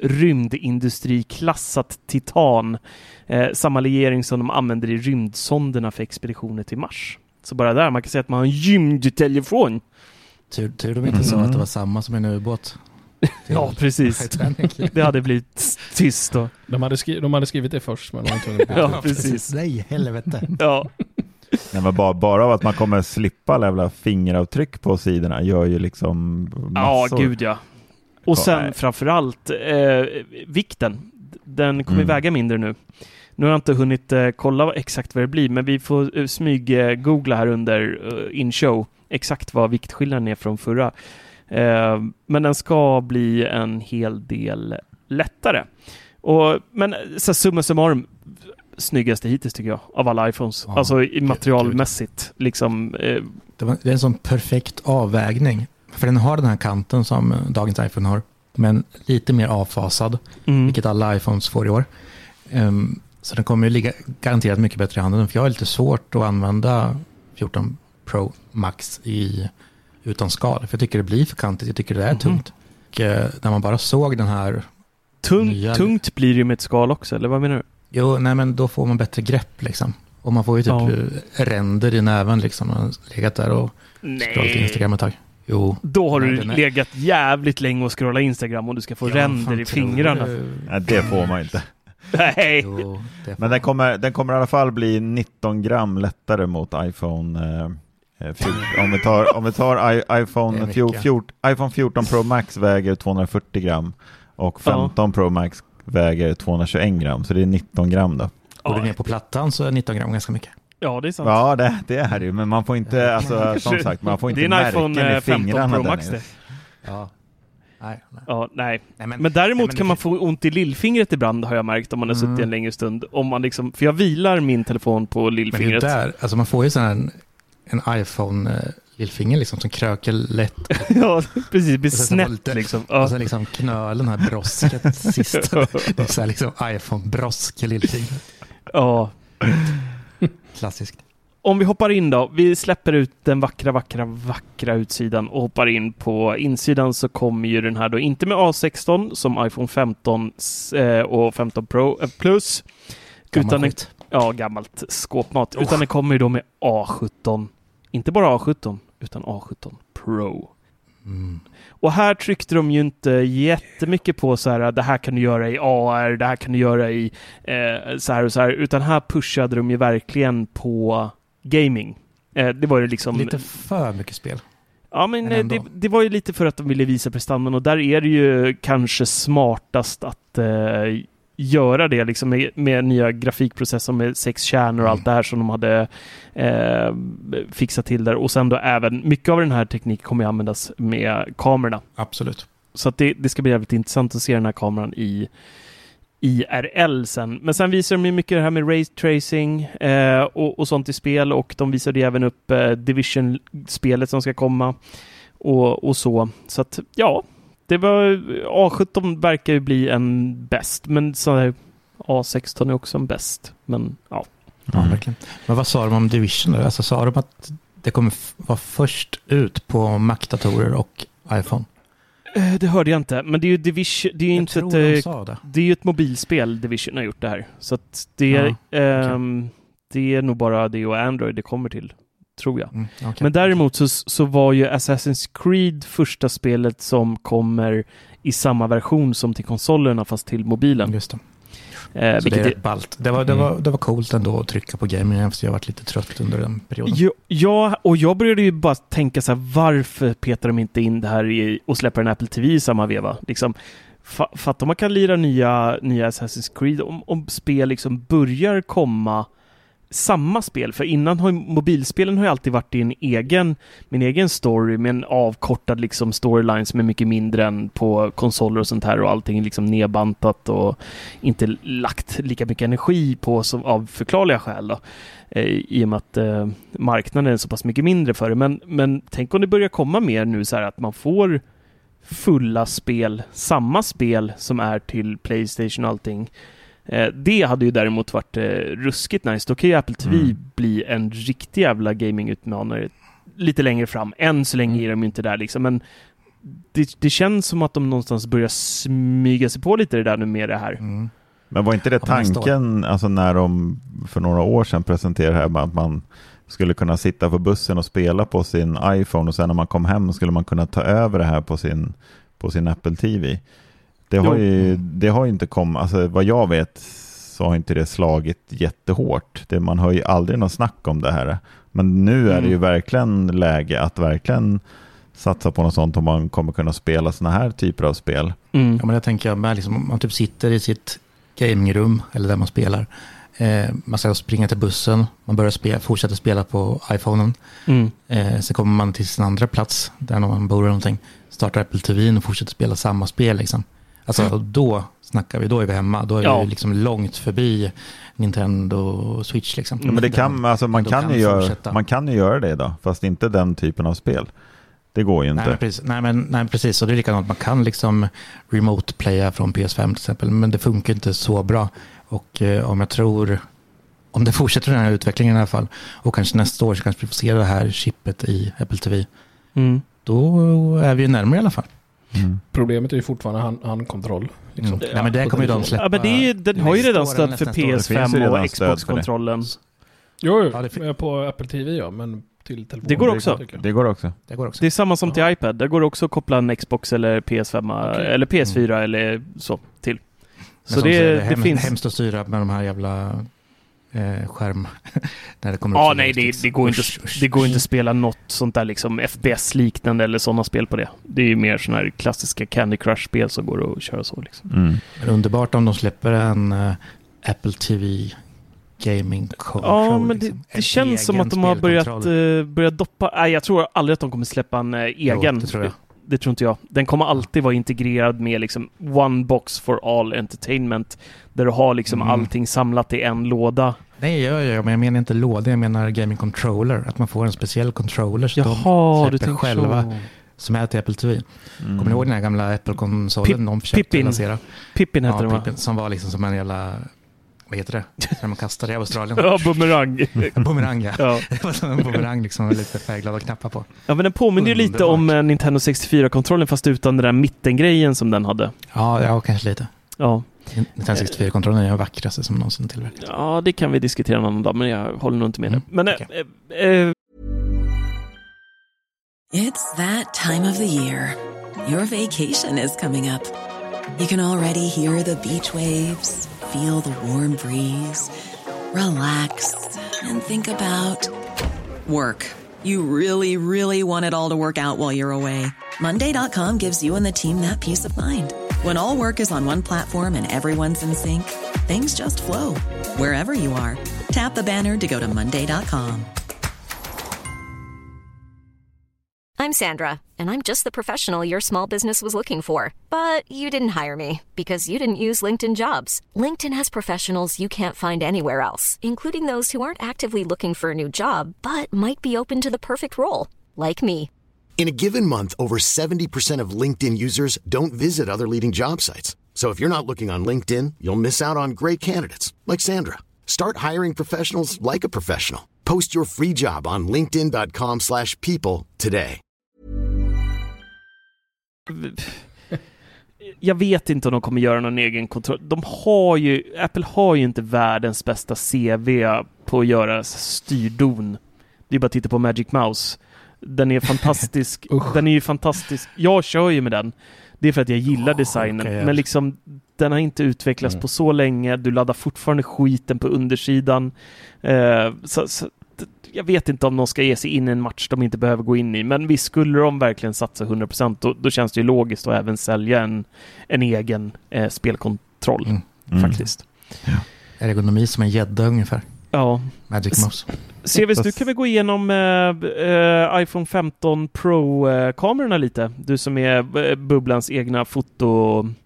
rymdindustriklassat titan. Eh, samma legering som de använder i rymdsonderna för expeditioner till Mars. Så bara där, man kan säga att man har en gymdtelefon. Tur, tur de inte mm. sa att det var samma som en ubåt. Ja, precis. Det hade blivit tyst då. De hade, skri- de hade skrivit det först. Men de inte ja, precis. Nej, helvete. Ja. Nej, men bara, bara av att man kommer slippa lävla fingeravtryck på sidorna gör ju liksom massor. Ja, gud ja. Och sen Nej. framförallt eh, vikten. Den kommer mm. väga mindre nu. Nu har jag inte hunnit eh, kolla exakt vad det blir, men vi får uh, smyg-googla här under uh, in-show exakt vad viktskillnaden är från förra. Eh, men den ska bli en hel del lättare. Och, men så summa summarum, snyggaste hittills tycker jag av alla iPhones. Ja, alltså i materialmässigt. Liksom, eh. det, var, det är en sån perfekt avvägning. För den har den här kanten som dagens iPhone har. Men lite mer avfasad. Mm. Vilket alla iPhones får i år. Um, så den kommer ju ligga garanterat mycket bättre i handen. För jag har lite svårt att använda fjorton Pro Max i, utan skal. För jag tycker det blir för kantigt. Jag tycker det är mm. tungt. Och uh, när man bara såg den här... Tung, nya... Tungt blir det ju med ett skal också, eller vad menar du? Jo, nej men då får man bättre grepp liksom. Och man får ju typ ja. ränder i näven liksom. Man har legat där och scrollat Instagram ett tag. Jo. Då har nej, du legat jävligt länge och scrollat Instagram och du ska få ja, ränder i fingrarna. Du... Nej, det får man inte. Nej. Jo, men den kommer, den kommer i alla fall bli nitton gram lättare mot iPhone eh, fjorton. Om vi tar, om vi tar I, iPhone, fjorton, iPhone fjorton Pro Max väger tvåhundrafyrtio gram och femton ja. Pro Max väger tvåhundratjugoett gram, så det är nitton gram då. Går du ner på plattan så är nitton gram ganska mycket. Ja, det är sant. Ja, det, det är det ju, men man får inte, alltså, som sagt, man får inte märken i fingrarna. Pro Max det. Ja. Nej, nej. Ja, nej. nej men, men däremot nej, men kan man få ont i lillfingret ibland, har jag märkt, om man har suttit mm. en längre stund. Om man liksom, för jag vilar min telefon på lillfingret. Men det där, alltså man får ju sån här en, en iPhone eh, lillfinger liksom som kröker lätt. Ja, precis, det blir snett lite, liksom. Ja. Och så liksom knölen här brosket sist. Det är så här liksom iPhone-brosk lillfingret. Ja. Klassiskt. Om vi hoppar in då, vi släpper ut den vackra, vackra, vackra utsidan och hoppar in på insidan, så kommer ju den här då inte med A sexton som iPhone femton eh, och femton Pro eh, Plus. Gammalt utan en, ja, gammalt skåpmat. Oh. Utan den kommer ju då med A sjutton. Inte bara A sjutton, utan A sjutton Pro. Mm. Och här tryckte de ju inte jättemycket på så här, det här kan du göra i A R, det här kan du göra i eh, så här och så här, utan här pushade de ju verkligen på gaming. Eh, det var ju liksom... Lite för mycket spel. Ja, men, men det, det var ju lite för att de ville visa prestandan och där är det ju kanske smartast att eh, göra det liksom med, med nya grafikprocesser med sex kärnor och mm. allt det här som de hade eh, fixat till där. Och sen då även, mycket av den här tekniken kommer att användas med kamerorna. Absolut. Så att det, det ska bli jävligt intressant att se den här kameran i I R L sen. Men sen visar de ju mycket det här med ray tracing eh, och, och sånt i spel och de visade ju även upp eh, Division-spelet som ska komma och, och så. Så att ja, det var A sjutton verkar ju bli en bäst, men så här, A sexton är också en bäst. Men ja. Ja, verkligen. Men vad sa de om Division då? Alltså sa de att det kommer f- vara först ut på Mac-datorer och iPhone? Det hörde jag inte, men det är ju Division, det är ju jag inte ett, de det. det är ju ett mobilspel Division har gjort det här. Så att det, ja, ähm, okay. det är nog bara det och Android det kommer till, tror jag. Mm, okay. Men däremot så, så var ju Assassin's Creed första spelet som kommer i samma version som till konsolerna fast till mobilen. Just det. Eh, så det är ballt. Det var, det, var, det var coolt ändå att trycka på gaming för jag har varit lite trött under den perioden. Ja, ja, och jag började ju bara tänka så här, varför petar de inte in det här i, och släpper en Apple T V i samma veva? Liksom, fa, fatta om man kan lira nya, nya Assassin's Creed om, om spel liksom börjar komma samma spel, för innan har mobilspelen har ju alltid varit i en egen min egen story med en avkortad liksom storyline som är mycket mindre än på konsoler och sånt här och allting liksom nedbantat och inte lagt lika mycket energi på som av förklarliga skäl då, eh, i och med att eh, marknaden är så pass mycket mindre för det, men, men tänk om det börjar komma mer nu så här att man får fulla spel, samma spel som är till PlayStation och allting. Eh, det hade ju däremot varit eh, ruskigt nice. Då kan ju Apple T V mm. bli en riktig jävla gaming-utmanare lite längre fram. Än så länge är de ju inte där liksom. Men det, det känns som att de någonstans börjar smyga sig på lite det där nu med det här. Mm. Men var inte det tanken alltså när de för några år sedan presenterade det här att man skulle kunna sitta på bussen och spela på sin iPhone och sen när man kom hem skulle man kunna ta över det här på sin, på sin Apple T V. Det har ju, det har ju inte kommit, alltså vad jag vet så har inte det slagit jättehårt. Det, man hör ju aldrig någon snack om det här. Men nu är det ju verkligen läge att verkligen satsa på något sånt om man kommer kunna spela såna här typer av spel. Mm. Ja, men jag tänker med liksom, om man typ sitter i sitt gamingrum eller där man spelar. Eh, man ska springa till bussen, man börjar spela, fortsätter spela på iPhonen. Mm. Eh, sen kommer man till sin andra plats där man bor eller någonting. Startar Apple T V och fortsätter spela samma spel liksom. Alltså mm. då snackar vi, då är vi hemma. Då är ja. vi liksom långt förbi Nintendo och Switch liksom. Ja, men det kan, alltså, man, kan kan ju göra, man kan ju göra det idag, fast inte den typen av spel. Det går ju inte. Nej, men precis. Nej, men, nej, precis. Och det är likadant. Man kan liksom remote-playa från P S fem till exempel, men det funkar inte så bra. Och eh, om jag tror, om det fortsätter den här utvecklingen i alla fall, och kanske nästa år så kanske vi får se det här chippet i Apple T V. Mm. Då är vi ju närmare i alla fall. Mm. Problemet är ju fortfarande hand, handkontroll. Liksom. Mm. Ja, men det kommer ju de släppa. Ja, men det är, den har ju redan stöd för P S fem och Xbox-kontrollen. Jo, jo. Ja, det fin- på Apple T V, ja, men till telefon. Det går också. Det går också. Det går också. Det är samma som ja. till iPad. Det går också att koppla en Xbox eller P S fem okay. eller P S fyra mm. eller så till. Så det, det, det hem, finns hemskt att styra med de här jävla eh, skärm när det kommer. Ja, nej, det, det går inte det går inte att spela något sånt där liksom F P S-liknande eller sådana spel på det. Det är ju mer såna här klassiska Candy Crush-spel som går att köra så liksom. Mm. Men underbart om de släpper en uh, Apple T V gaming control. Ja, men det, liksom. det känns som att de har börjat uh, börjat doppa. Nej, jag tror aldrig att de kommer släppa en uh, egen. Jo, det tror jag. Det tror inte jag. Den kommer alltid vara integrerad med liksom one box for all entertainment där du har liksom mm. allting samlat i en låda. Nej, jag, jag, men jag menar inte låda, jag menar gaming controller. Att man får en speciell controller så Jaha, de släpper själva så. Som är till Apple T V. Mm. Kommer ni ihåg den här gamla Apple-konsolen? Pip, de försökte lansera. Pippin heter ja, den, Pippin, som var liksom som en jävla... Vad heter det? När man kastade i Australien. Ja, bumerang. bumerang, ja. ja. Det var som en bumerang liksom med lite färgglada knappar på. Ja, men den påminner ju lite om uh, Nintendo sextiofyra-kontrollen fast utan den där mittengrejen som den hade. Ja, ja kanske lite. Ja. Nintendo sextiofyra-kontrollen är den vackraste som någonsin tillverkat. Ja, det kan vi diskutera någon dag, men jag håller nog inte med mm. det. Men... Okay. Äh, äh, It's that time of the year. Your vacation is coming up. You can already hear the beach waves, feel the warm breeze, relax and think about work. You really, really want it all to work out while you're away. Monday dot com gives you and the team that peace of mind. When all work is on one platform and everyone's in sync, things just flow. Wherever you are, tap the banner to go to monday dot com. I'm Sandra, and I'm just the professional your small business was looking for. But you didn't hire me because you didn't use LinkedIn Jobs. LinkedIn has professionals you can't find anywhere else, including those who aren't actively looking for a new job, but might be open to the perfect role, like me. In a given month, over seventy percent of LinkedIn users don't visit other leading job sites. So if you're not looking on LinkedIn, you'll miss out on great candidates, like Sandra. Start hiring professionals like a professional. Post your free job on linkedin dot com slash people today. Jag vet inte om de kommer göra någon egen kontroll. De har ju, Apple har ju inte världens bästa C V på att göra styrdon. Det är bara att titta på Magic Mouse. Den är fantastisk. Den är ju fantastisk. Jag kör ju med den. Det är för att jag gillar oh, designen. Okay, men liksom, den har inte utvecklats mm. på så länge. Du laddar fortfarande skiten på undersidan. Uh, så, så, jag vet inte om de ska ge sig in i en match de inte behöver gå in i. Men visst, skulle de verkligen satsa hundra procent, då, då känns det ju logiskt att även sälja en, en egen eh, spelkontroll. Mm. Mm. Faktiskt. Ja. Ergonomi som en gädda ungefär. Ja. Magic Mouse. C V S, du kan väl gå igenom äh, äh, iPhone femton Pro-kamerorna äh, lite. Du som är äh, Bubblans egna fotofisk.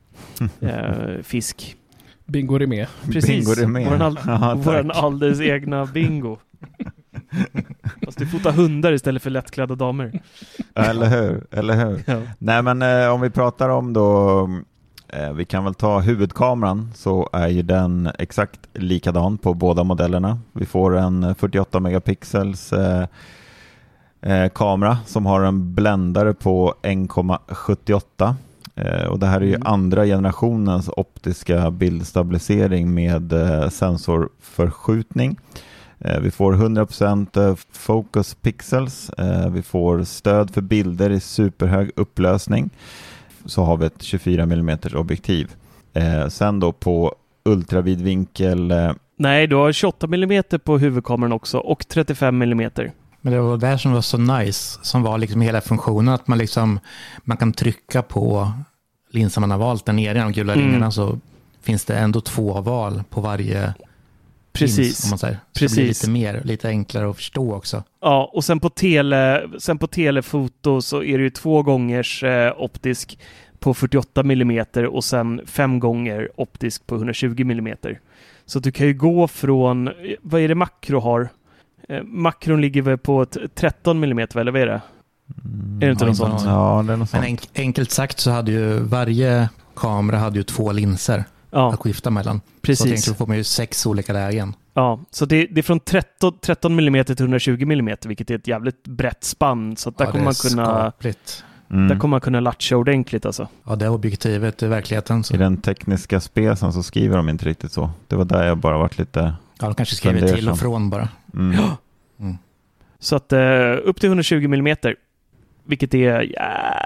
Äh, Bingo är med. Precis. Bingo är med. Våran, all- Aha, våran alldeles egna bingo. Fast du fotar hundar istället för lättklädda damer. Eller hur? Eller hur? Ja. Nej, men eh, om vi pratar om då... Eh, vi kan väl ta huvudkameran, så är ju den exakt likadan på båda modellerna. Vi får en fyrtioåtta megapixels eh, eh, kamera som har en bländare på en komma sjuttioåtta. Eh, och det här är ju mm. andra generationens optiska bildstabilisering med eh, sensorförskjutning. Eh, vi får hundra procent focus pixels. Eh, vi får stöd för bilder i superhög upplösning. Så har vi ett tjugofyra millimeter objektiv. Eh, sen då på ultravidvinkel... Eh... Nej, du har tjugoåtta millimeter på huvudkameran också och trettiofem millimeter. Men det var det som var så nice, som var liksom hela funktionen, att man liksom man kan trycka på linsen man har valt där nere i de gula mm. ringarna, så finns det ändå två val på varje Precis. lins, om man säger. Så Precis. det blir lite mer, lite enklare att förstå också. Ja, och sen på tele, sen på telefoto så är det ju två gångers eh, optisk på fyrtioåtta millimeter och sen fem gånger optisk på hundratjugo millimeter. Så du kan ju gå från, vad är det makro har? Eh, makron ligger väl på ett tretton millimeter, eller vad är det? Mm, är det inte något sånt? Ja, det är något sånt. Men enk- enkelt sagt så hade ju varje kamera hade ju två linser ja. att skifta mellan. Precis. Så egentligen får man ju sex olika lägen. Ja, så det, det är från tretton, tretton millimeter till hundratjugo millimeter, vilket är ett jävligt brett spann. Så där ja, kommer man kunna mm. där kommer man kunna latcha ordentligt alltså. Ja, det är objektivet i verkligheten. Så. I den tekniska specen så skriver de inte riktigt så. Det var där jag bara varit lite... Ja, de kanske skriver till och från bara. Mm. Ja. Mm. Så att uh, upp till hundratjugo millimeter, vilket är jävligt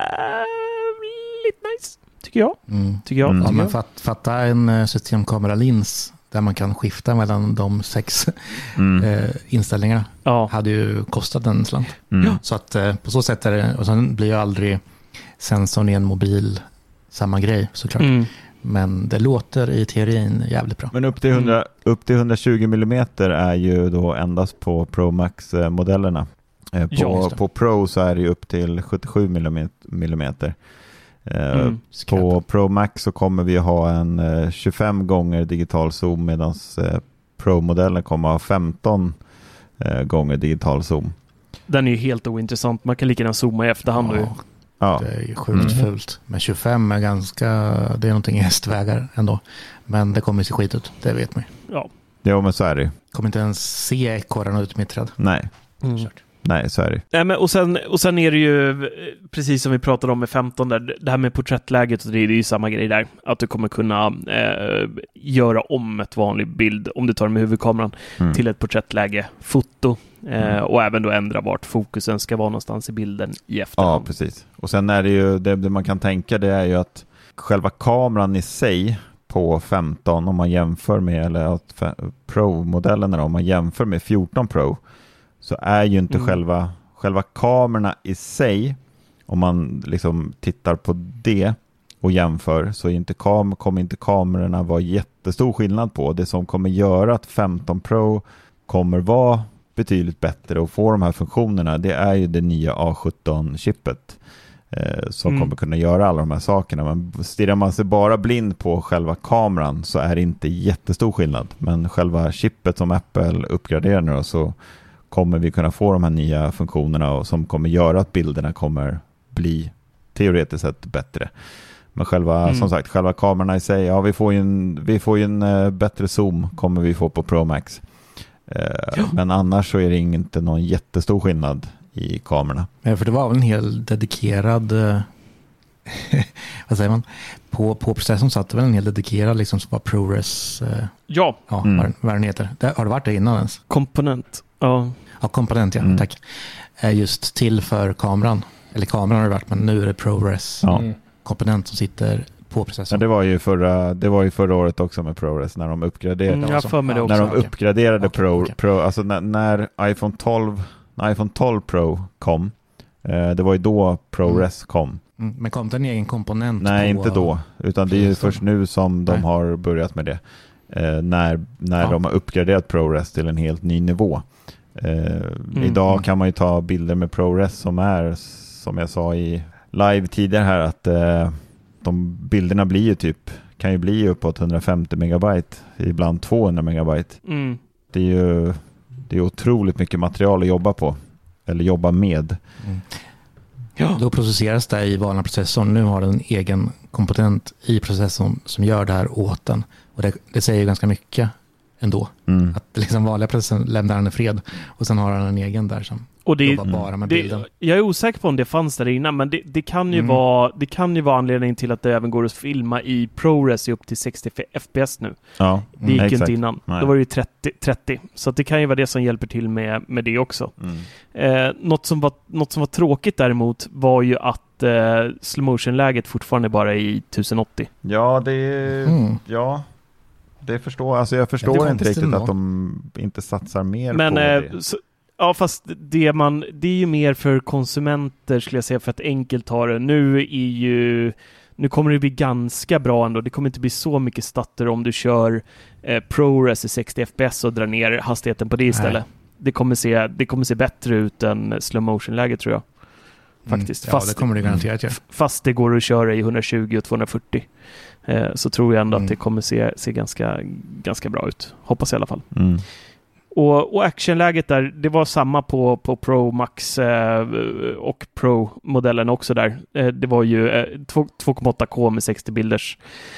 nice, tycker jag. Mm. Tycker jag. Mm. Tycker ja, men jag. fatt, fatta en systemkameralins där man kan skifta mellan de sex mm. eh, inställningarna. Ja. Hade ju kostat en slant. Mm. Så att eh, på så sätt är det, och sen blir ju aldrig sensorn i en mobil samma grej såklart. Mm. Men det låter i teorin jävligt bra. Men upp till, hundra, mm. upp till hundratjugo millimeter är ju då endast på Pro Max-modellerna. Eh, på, ja, på Pro så är det ju upp till sjuttiosju millimeter. Eh, mm, på Pro Max så kommer vi ha en eh, tjugofem gånger digital zoom, medan eh, Pro-modellen kommer ha femton eh, gånger digital zoom. Den är ju helt ointressant. Man kan lika gärna zooma i efterhand. Ja. Ja. Det är sjukt mm. fult. Men tjugofem är ganska, det är någonting i hästvägar ändå. Men det kommer se skit ut, det vet man ju. Ja. Ja, men så är det. Kommer inte ens se ekorren ut med träd. Nej. Mm. Nej, så är det. Nej, men och, sen, och sen är det ju, precis som vi pratade om med femton där, det här med porträttläget, och det är ju samma grej där. Att du kommer kunna eh, göra om ett vanlig bild, om du tar med huvudkameran, mm. till ett porträttläge, foto. Eh, mm. Och även då ändra vart fokusen ska vara någonstans i bilden i efterhand. Ja, precis. Och sen är det ju, det, det man kan tänka, det är ju att själva kameran i sig på femton, om man jämför med, eller Pro-modellerna om man jämför med fjorton Pro, så är ju inte mm. själva, själva kamerorna i sig, om man liksom tittar på det och jämför, så är inte kam- kommer inte kamerorna vara jättestor skillnad på. Det som kommer göra att femton Pro kommer vara betydligt bättre och få de här funktionerna, det är ju det nya A sjutton-chippet eh, som mm. kommer kunna göra alla de här sakerna. Men stirrar man sig bara blind på själva kameran så är det inte jättestor skillnad. Men själva chippet som Apple uppgraderar nu, så kommer vi kunna få de här nya funktionerna och som kommer göra att bilderna kommer bli teoretiskt sett bättre. Men själva, mm. som sagt, själva kamerorna i sig, ja, vi får ju en, vi får ju en uh, bättre zoom kommer vi få på Pro Max. Uh, ja. Men annars så är det inte någon jättestor skillnad i kamerorna. Ja, för det var väl en hel dedikerad uh, vad säger man? På, på processorn satt det väl en hel dedikerad liksom som var ProRes uh, ja, ja mm. vad, vad den heter. Det, har det varit det innan ens? Komponent. Ja, ja komponent, ja, mm. tack. Uh, just till för kameran. Eller kameran har det varit, men nu är det ProRes. Ja. Mm. Komponent som sitter på processorn. Ja, det var ju förra det var ju förra året också med ProRes när de uppgraderade. Mm, jag för mig det också. När de uppgraderade okay. Pro, okay. Pro alltså när, när iPhone tolv när iPhone tolv Pro kom, eh, det var ju då ProRes mm. kom. Mm, men kom det en egen komponent? Nej, på, inte då, utan det är ju först nu som de Nej. har börjat med det. Eh, när när ja. de har uppgraderat ProRes till en helt ny nivå. Eh, mm. Idag mm. kan man ju ta bilder med ProRes som är, som jag sa i live tidigare här, att eh, de bilderna blir ju typ, kan ju bli uppåt hundrafemtio megabyte, ibland tvåhundra megabyte. Mm. Det är ju det är otroligt mycket material att jobba på, eller jobba med. Mm. Ja. Då processeras det i vanliga processorn. Nu har den en egen komponent i processorn som gör det här åt den. Och det, det säger ju ganska mycket ändå. Mm. Att liksom vanliga processorn lämnar den i fred och sen har den en egen där som och det, jobbar bara med bilden. Det, jag är osäker på om det fanns där innan, men det, det, kan ju mm. vara, det kan ju vara anledningen till att det även går att filma i ProRes i upp till sextio F P S nu. Ja, det gick mm, ju exakt. inte innan. Nej. Då var det ju trettio, trettio. Så att det kan ju vara det som hjälper till med, med det också. Mm. Eh, något, som var, något som var tråkigt däremot var ju att eh, slow motion-läget fortfarande bara är i tusen åttio. Ja, det är... Mm. Ja... Det förstår, alltså jag förstår ja, inte riktigt att de inte satsar mer men, på eh, det. Så, ja, fast det, man, det är ju mer för konsumenter skulle jag säga, för att enkelt ta det. Nu är ju nu kommer det bli ganska bra ändå. Det kommer inte bli så mycket stutter om du kör eh, ProRes i sextio F P S och drar ner hastigheten på det istället. Det kommer, se, det kommer se bättre ut än slow motion-läget tror jag. Faktiskt. Mm, ja, fast, det kommer det garanterat göra. Fast det går att köra i hundratjugo och tvåhundrafyrtio. Eh, så tror jag ändå mm. att det kommer se, se ganska, ganska bra ut. Hoppas i alla fall. Mm. Och, och actionläget där, det var samma på, på Pro Max eh, och Pro-modellen också där. Eh, det var ju eh, två komma åtta K med sextio bilders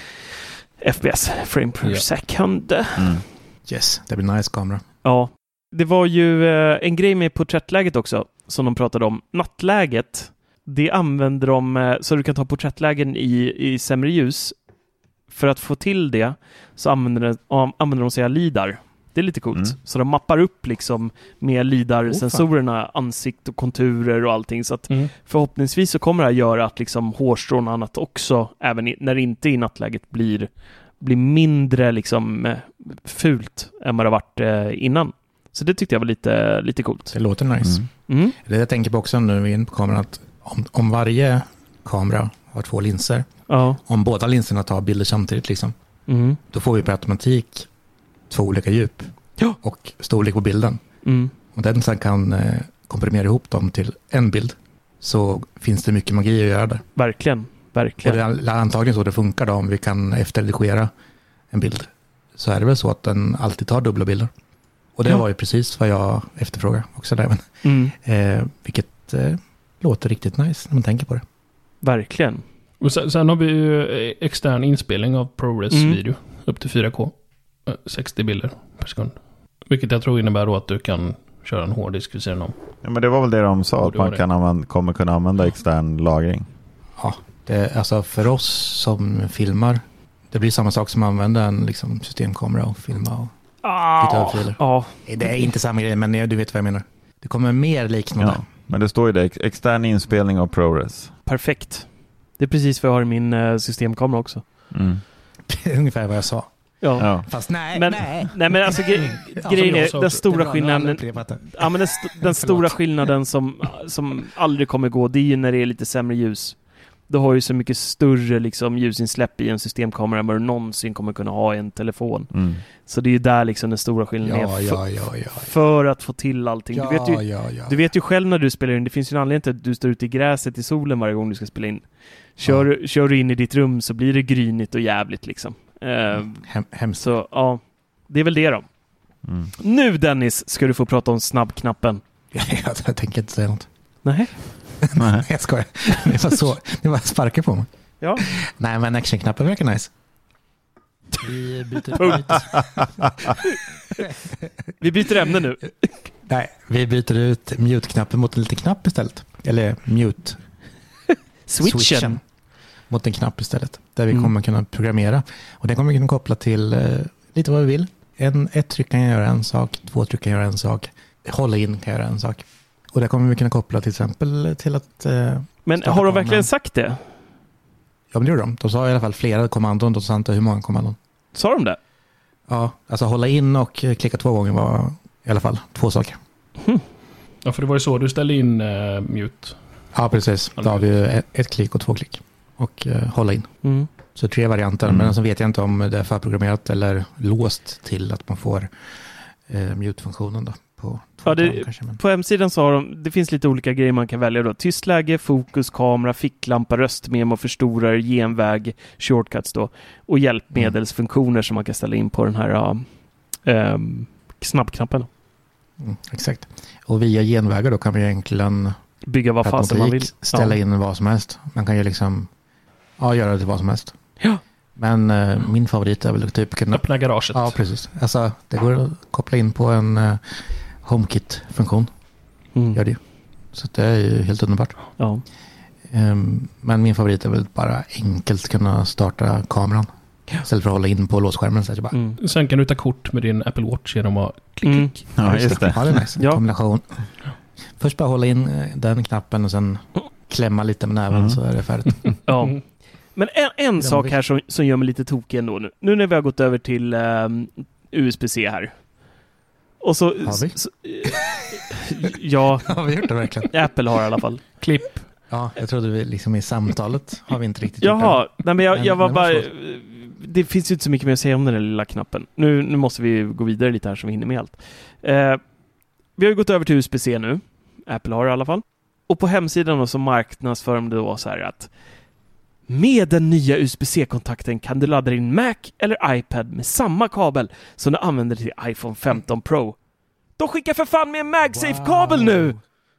F P S, frame per yeah. second. Mm. Yes, det blir nice kamera. Ja. Det var ju eh, en grej med porträttläget också som de pratade om. Nattläget, det använder de eh, så du kan ta porträttlägen i, i sämre ljus. För att få till det så använder de, använder de sig av lidar. Det är lite coolt. Mm. Så de mappar upp liksom med lidar-sensorerna, oh, ansikt och konturer och allting. Så att mm. förhoppningsvis så kommer det att göra att liksom hårstrån och annat också, även i, när det inte i nattläget blir, blir mindre liksom fult än vad det har varit eh, innan. Så det tyckte jag var lite, lite coolt. Det låter nice. Mm. Mm. Det jag tänker på också nu när vi är inne på kameran, att om, om varje kamera har två linser, ja. Om båda linserna tar bilder samtidigt liksom, mm. då får vi per automatik två olika djup ja. Och storlek på bilden. Mm. Och den sen kan eh, komprimera ihop dem till en bild, så finns det mycket magi att göra där. Verkligen, verkligen. Och det är antagligen så det funkar då, om vi kan efterredigera en bild. Så är det väl så att den alltid tar dubbla bilder. Och det ja. Var ju precis vad jag efterfrågar också där. Mm. Eh, vilket eh, låter riktigt nice när man tänker på det. Verkligen. Och sen, sen har vi ju extern inspelning av ProRes mm. video upp till fyra K. sextio bilder per sekund. Vilket jag tror innebär då att du kan köra en hårddisk vid sidan om. Ja, men det var väl det de sa, att man kan använda, kommer kunna använda extern lagring. Ja, det, alltså för oss som filmar, det blir samma sak som att använda en liksom, systemkamera och filma och ah, titta över filer. Ah. Det är inte samma grej, men du vet vad jag menar. Det kommer mer liknande. Ja, men det står ju det, extern inspelning av ProRes. Perfekt. Det är precis vad jag har i min uh, systemkamera också. Mm. Det är ungefär vad jag sa. Ja. Ja. Fast nej, Men, nej. nej men alltså gre- grejen är den stora skillnaden. Ja, Ja, men den, st- den stora skillnaden som, som aldrig kommer gå, det är ju när det är lite sämre ljus. Du har ju så mycket större liksom, ljusinsläpp i en systemkamera än vad du någonsin kommer kunna ha i en telefon. Mm. Så det är ju där liksom den stora skillnaden ja, är. För, ja, ja, ja. för att få till allting. Ja, du, vet ju, ja, ja. du vet ju själv när du spelar in, det finns ju en anledning till att du står ute i gräset i solen varje gång du ska spela in. Kör, ja. kör du in i ditt rum så blir det grynigt och jävligt liksom. Uh, Hem, hemskt. Så ja, det är väl det då. Mm. Nu Dennis ska du få prata om snabbknappen. jag, jag tänker inte säga något. Nej. Nej. Jag skojar. Det var så, det var sparka på mig. Ja. Nej, men actionknappen verkar nice. Vi byter ut. Vi byter ämne nu. Nej, vi byter ut mute-knappen mot en liten knapp istället. Eller mute. Switchen. Switchen. Mot en knapp istället. Där vi Mm. kommer kunna programmera. Och det kommer vi kunna koppla till eh, lite vad vi vill. En, ett tryck kan göra en sak. Två tryck kan göra en sak. Hålla in kan göra en sak. Och det kommer vi kunna koppla till exempel till att... Eh, Men har de verkligen sagt det? Ja, men det gjorde de. De sa i alla fall flera kommandon. De sa inte hur många kommandon. Sa de det? Ja, alltså hålla in och klicka två gånger var i alla fall två saker. Hmm. Ja, för det var ju så du ställde in uh, mute. Ja, precis. Då har vi ett, ett klick och två klick. Och uh, hålla in. Mm. Så tre varianter. Mm. Men så vet jag inte om det är förprogrammerat eller låst till att man får uh, mute-funktionen då. På, ja, det, kanske, men... på hemsidan så har de, det finns lite olika grejer man kan välja då. Tystläge, fokus, kamera, ficklampa, röstmemo, förstorar, genväg, shortcuts då. Och hjälpmedelsfunktioner mm. som man kan ställa in på den här uh, snabbknappen. Mm, exakt. Och via genvägar då kan vi egentligen bygga vad fasen man vill. Ställa ja. in vad som helst. Man kan ju liksom ja, göra det till vad som helst. Ja. Men uh, min favorit är väl typ kunna... öppna garaget. Ja, precis. Alltså, det går att koppla in på en uh, HomeKit-funktion. Mm. Gör det ju. Så det är ju helt underbart. Ja. Um, men min favorit är väl bara enkelt kunna starta kameran. Ja. Istället för att hålla in på låsskärmen. Så bara... mm. Sen kan du ta kort med din Apple Watch genom att klick, mm. klick. Ja, just det. Ja, det är nice. Ja. Kombination. Först bara hålla in den knappen och sen klämma lite med näven mm. så är det färdigt. Ja. Men en, en sak här som, som gör mig lite tokig ändå nu. Nu när vi har gått över till um, U S B-C här. Och så... Har vi? Så, ja. Har vi gjort det verkligen? Apple har i alla fall. Klipp. Ja, jag trodde vi liksom i samtalet har vi inte riktigt Jaha, gjort det. nej men jag, men, jag var var bara... så. Det finns ju inte så mycket mer att säga om den där lilla knappen. Nu, nu måste vi gå vidare lite här så vi hinner med allt. Eh, vi har ju gått över till U S B-C nu. Apple har i alla fall. Och på hemsidan så marknadsför de det då så här att med den nya U S B-C-kontakten kan du ladda din Mac eller iPad med samma kabel som du använder till iPhone femton Pro. De skickar för fan med en MagSafe-kabel wow. nu!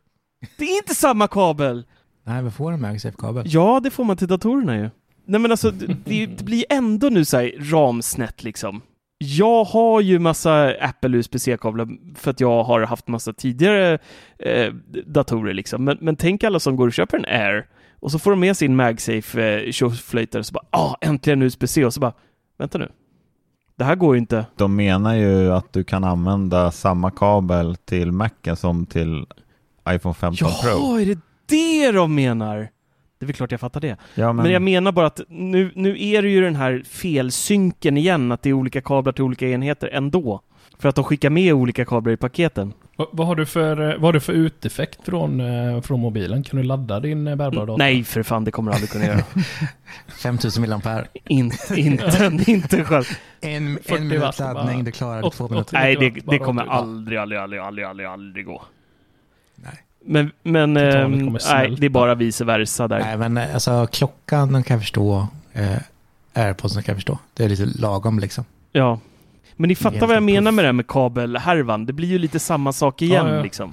Det är inte samma kabel! Nej, vi får en MagSafe-kabel. Ja, det får man till datorerna ju. Nej men alltså, det, det blir ändå nu så här ramsnett liksom. Jag har ju massa Apple U S B-C-kablar för att jag har haft massa tidigare eh, datorer liksom. Men, men tänk alla som går och köper en Air och så får de med sin MagSafe tjoflöjtare och så bara, ah, äntligen U S B-C och så bara, vänta nu. Det här går ju inte. De menar ju att du kan använda samma kabel till Macen som till iPhone femton Jaha, Pro. Ja, är det det de menar? Det är väl klart jag fattar det. Ja, men... men jag menar bara att nu, nu är det ju den här felsynken igen, att det är olika kablar till olika enheter ändå. För att de skickar med olika kablar i paketen. Va, vad har du för, vad har du för uteffekt från, eh, från mobilen? Kan du ladda din bärbara dator? Nej, för fan, det kommer du aldrig kunna göra. femtusen milliampere. In, inte, inte själv. En, en minut laddning, det klarar du två minuter. Nej, det, det kommer aldrig, aldrig, aldrig, aldrig, aldrig, aldrig gå. Nej. Men, men eh, nej, det är bara vice versa där. Nej, men alltså klockan den kan jag förstå. Eh, AirPods kan jag förstå. Det är lite lagom liksom. Ja. Men ni fattar vad jag menar med det här med kabelhärvan. Det blir ju lite samma sak igen ja, ja. liksom.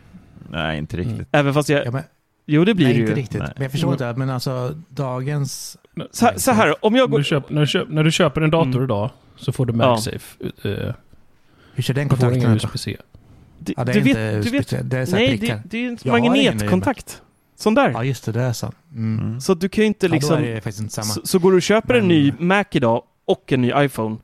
Nej, inte riktigt. Mm. Även fast jag... Ja, men, jo, det blir nej, det inte ju. riktigt. Nej. Men jag förstår inte, men alltså dagens... Så, så här, om jag går... När du köper, när du köper, när du köper en dator mm. idag så får du MagSafe. Ja. Uh, Hur kör den kontakten U S B-C? Du, ja, det är du inte vet, du vet, det är så nej, det, det är en magnetkontakt. Sån där. Ja, just det, det är så. Mm. Mm. Så du kan ju inte liksom... Ja, det inte samma. Så, så går du och köper men... en ny Mac idag och en ny iPhone.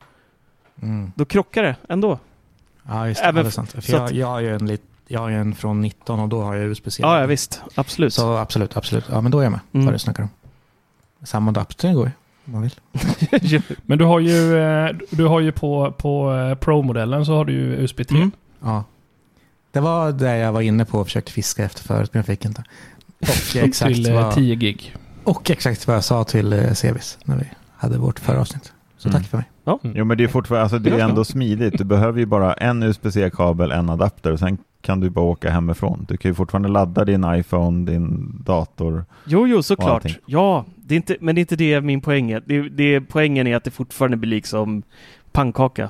Mm. Då krockar det ändå. Ja, just det. Även, ja, det är sant. För jag, att, jag har ju en lit, jag har ju en från nitton och då har jag U S B-C. Ja, ja, visst. Absolut. Så absolut, absolut. Ja, men då är jag med. Mm. Vad du snackar om. Samma adapter går ju. man vill. Men du har ju, du har ju på, på Pro-modellen så har du ju U S B tre. Mm. Ja. Det var det jag var inne på och försökte fiska efter förut, men jag fick inte. Och exakt till vad, tio gig. Och exakt vad jag sa till Sevis när vi hade vårt förra avsnitt. Så mm. tack för mig. Ja. Mm. Jo, men det är fortfarande, alltså det är ändå smidigt. Du behöver ju bara en U S B C-kabel, en adapter och sen kan du bara åka hemifrån. Du kan ju fortfarande ladda din iPhone, din dator. Jo, jo, såklart. Ja, det är inte, men det är inte det min poäng är. Det, det, poängen är att det fortfarande blir liksom pannkaka.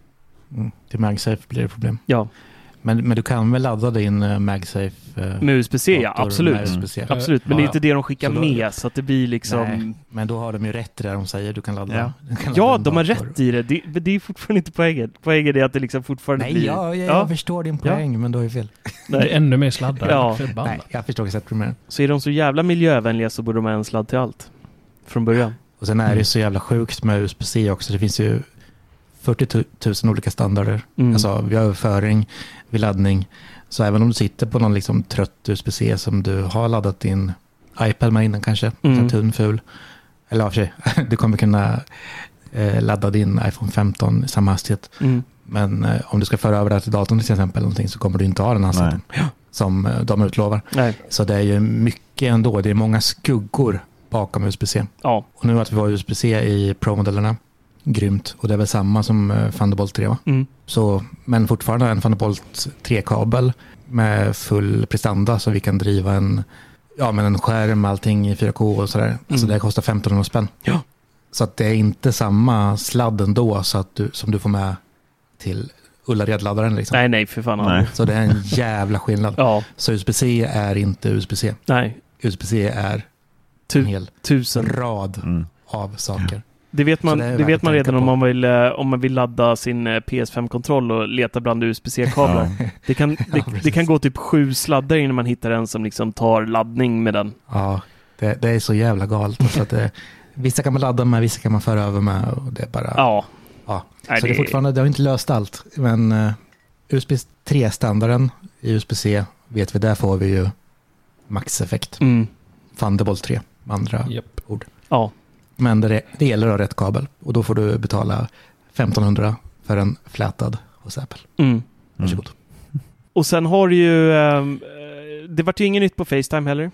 Mm. Till MagSafe blir det problem. Ja. Men, men du kan väl ladda din uh, MagSafe uh, med U S B C, ja, absolut. U S B C. Mm. Absolut, men ja, det är inte det de skickar så då, med så att det blir liksom... Nej, men då har de ju rätt i det de säger, du kan ladda. Ja, du kan ja ladda de har rätt i det. det. Men det är fortfarande inte poängen. Poängen är att det liksom fortfarande Nej, blir... Ja, jag, ja, jag förstår din poäng, ja. Men då är det fel. Nej. Det är ännu mer sladdar. Ja. Nej, jag förstår exakt vad du menar. Så är de så jävla miljövänliga så borde de ha en sladd till allt. Från början. Och sen är det så jävla sjukt med U S B C också. Det finns ju fyrtio tusen olika standarder. Mm. Alltså vid överföring, vid laddning. Så även om du sitter på någon liksom trött U S B C som du har laddat din iPad med innan kanske, mm. tunn, ful. Eller av sig, du kommer kunna eh, ladda din iPhone femton i samma hastighet. Mm. Men eh, om du ska föra över det till datorn till exempel någonting, så kommer du inte ha den hastigheten som eh, de utlovar. Nej. Så det är ju mycket ändå. Det är många skuggor bakom U S B C. Ja. Och nu att vi har U S B C i Pro-modellerna, grymt. Och det är väl samma som uh, Thunderbolt tre, va? Mm. Så, men fortfarande en Thunderbolt tre-kabel med full prestanda så vi kan driva en, ja, men en skärm, allting i fyra K och sådär. Mm. Alltså det kostar femtonhundra spänn. Ja. Så att det är inte samma sladd ändå så att du, som du får med till Ullared-laddaren liksom. Nej, nej, för fan. Nej. Så det är en jävla skillnad. Ja. Så U S B C är inte U S B C. Nej. U S B C är tu- en hel tusen rad mm. av saker. Det vet man, det, det vet man redan om man, vill, om man vill ladda sin P S fem-kontroll och leta bland U S B C-kablar. Ja. Det, kan, det, ja, det kan gå typ sju sladdar innan man hittar en som liksom tar laddning med den. Ja, det, det är så jävla galet. Så att det, vissa kan man ladda med, vissa kan man föra över med. Och det är bara... Ja. ja. Nej, så det, det är fortfarande, det har inte löst allt. Men uh, U S B tre-standarden i U S B C, vet vi, där får vi ju maxeffekt. Mm. Thunderbolt tre, andra yep. ord. Ja. Men det, det gäller att ha rätt kabel. Och då får du betala femtonhundra för en flätad hos Apple. Mm. Varsågod. Mm. Och sen har du ju... Um, det var ju inget nytt på FaceTime heller.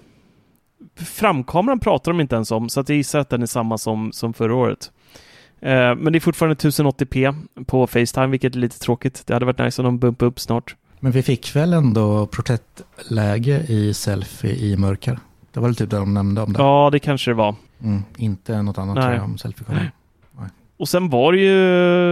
Framkameran pratar de inte ens om. Så att jag gissar att den är samma som, som förra året. Uh, men det är fortfarande tusen åttio p på FaceTime, vilket är lite tråkigt. Det hade varit nice om de bumpar upp snart. Men vi fick väl ändå protect-läge i selfie i mörker. Det var väl typ det de nämnde om det. Ja, det kanske det var. Mm, inte något annat tror jag om selfie-kameran. Och sen var det ju...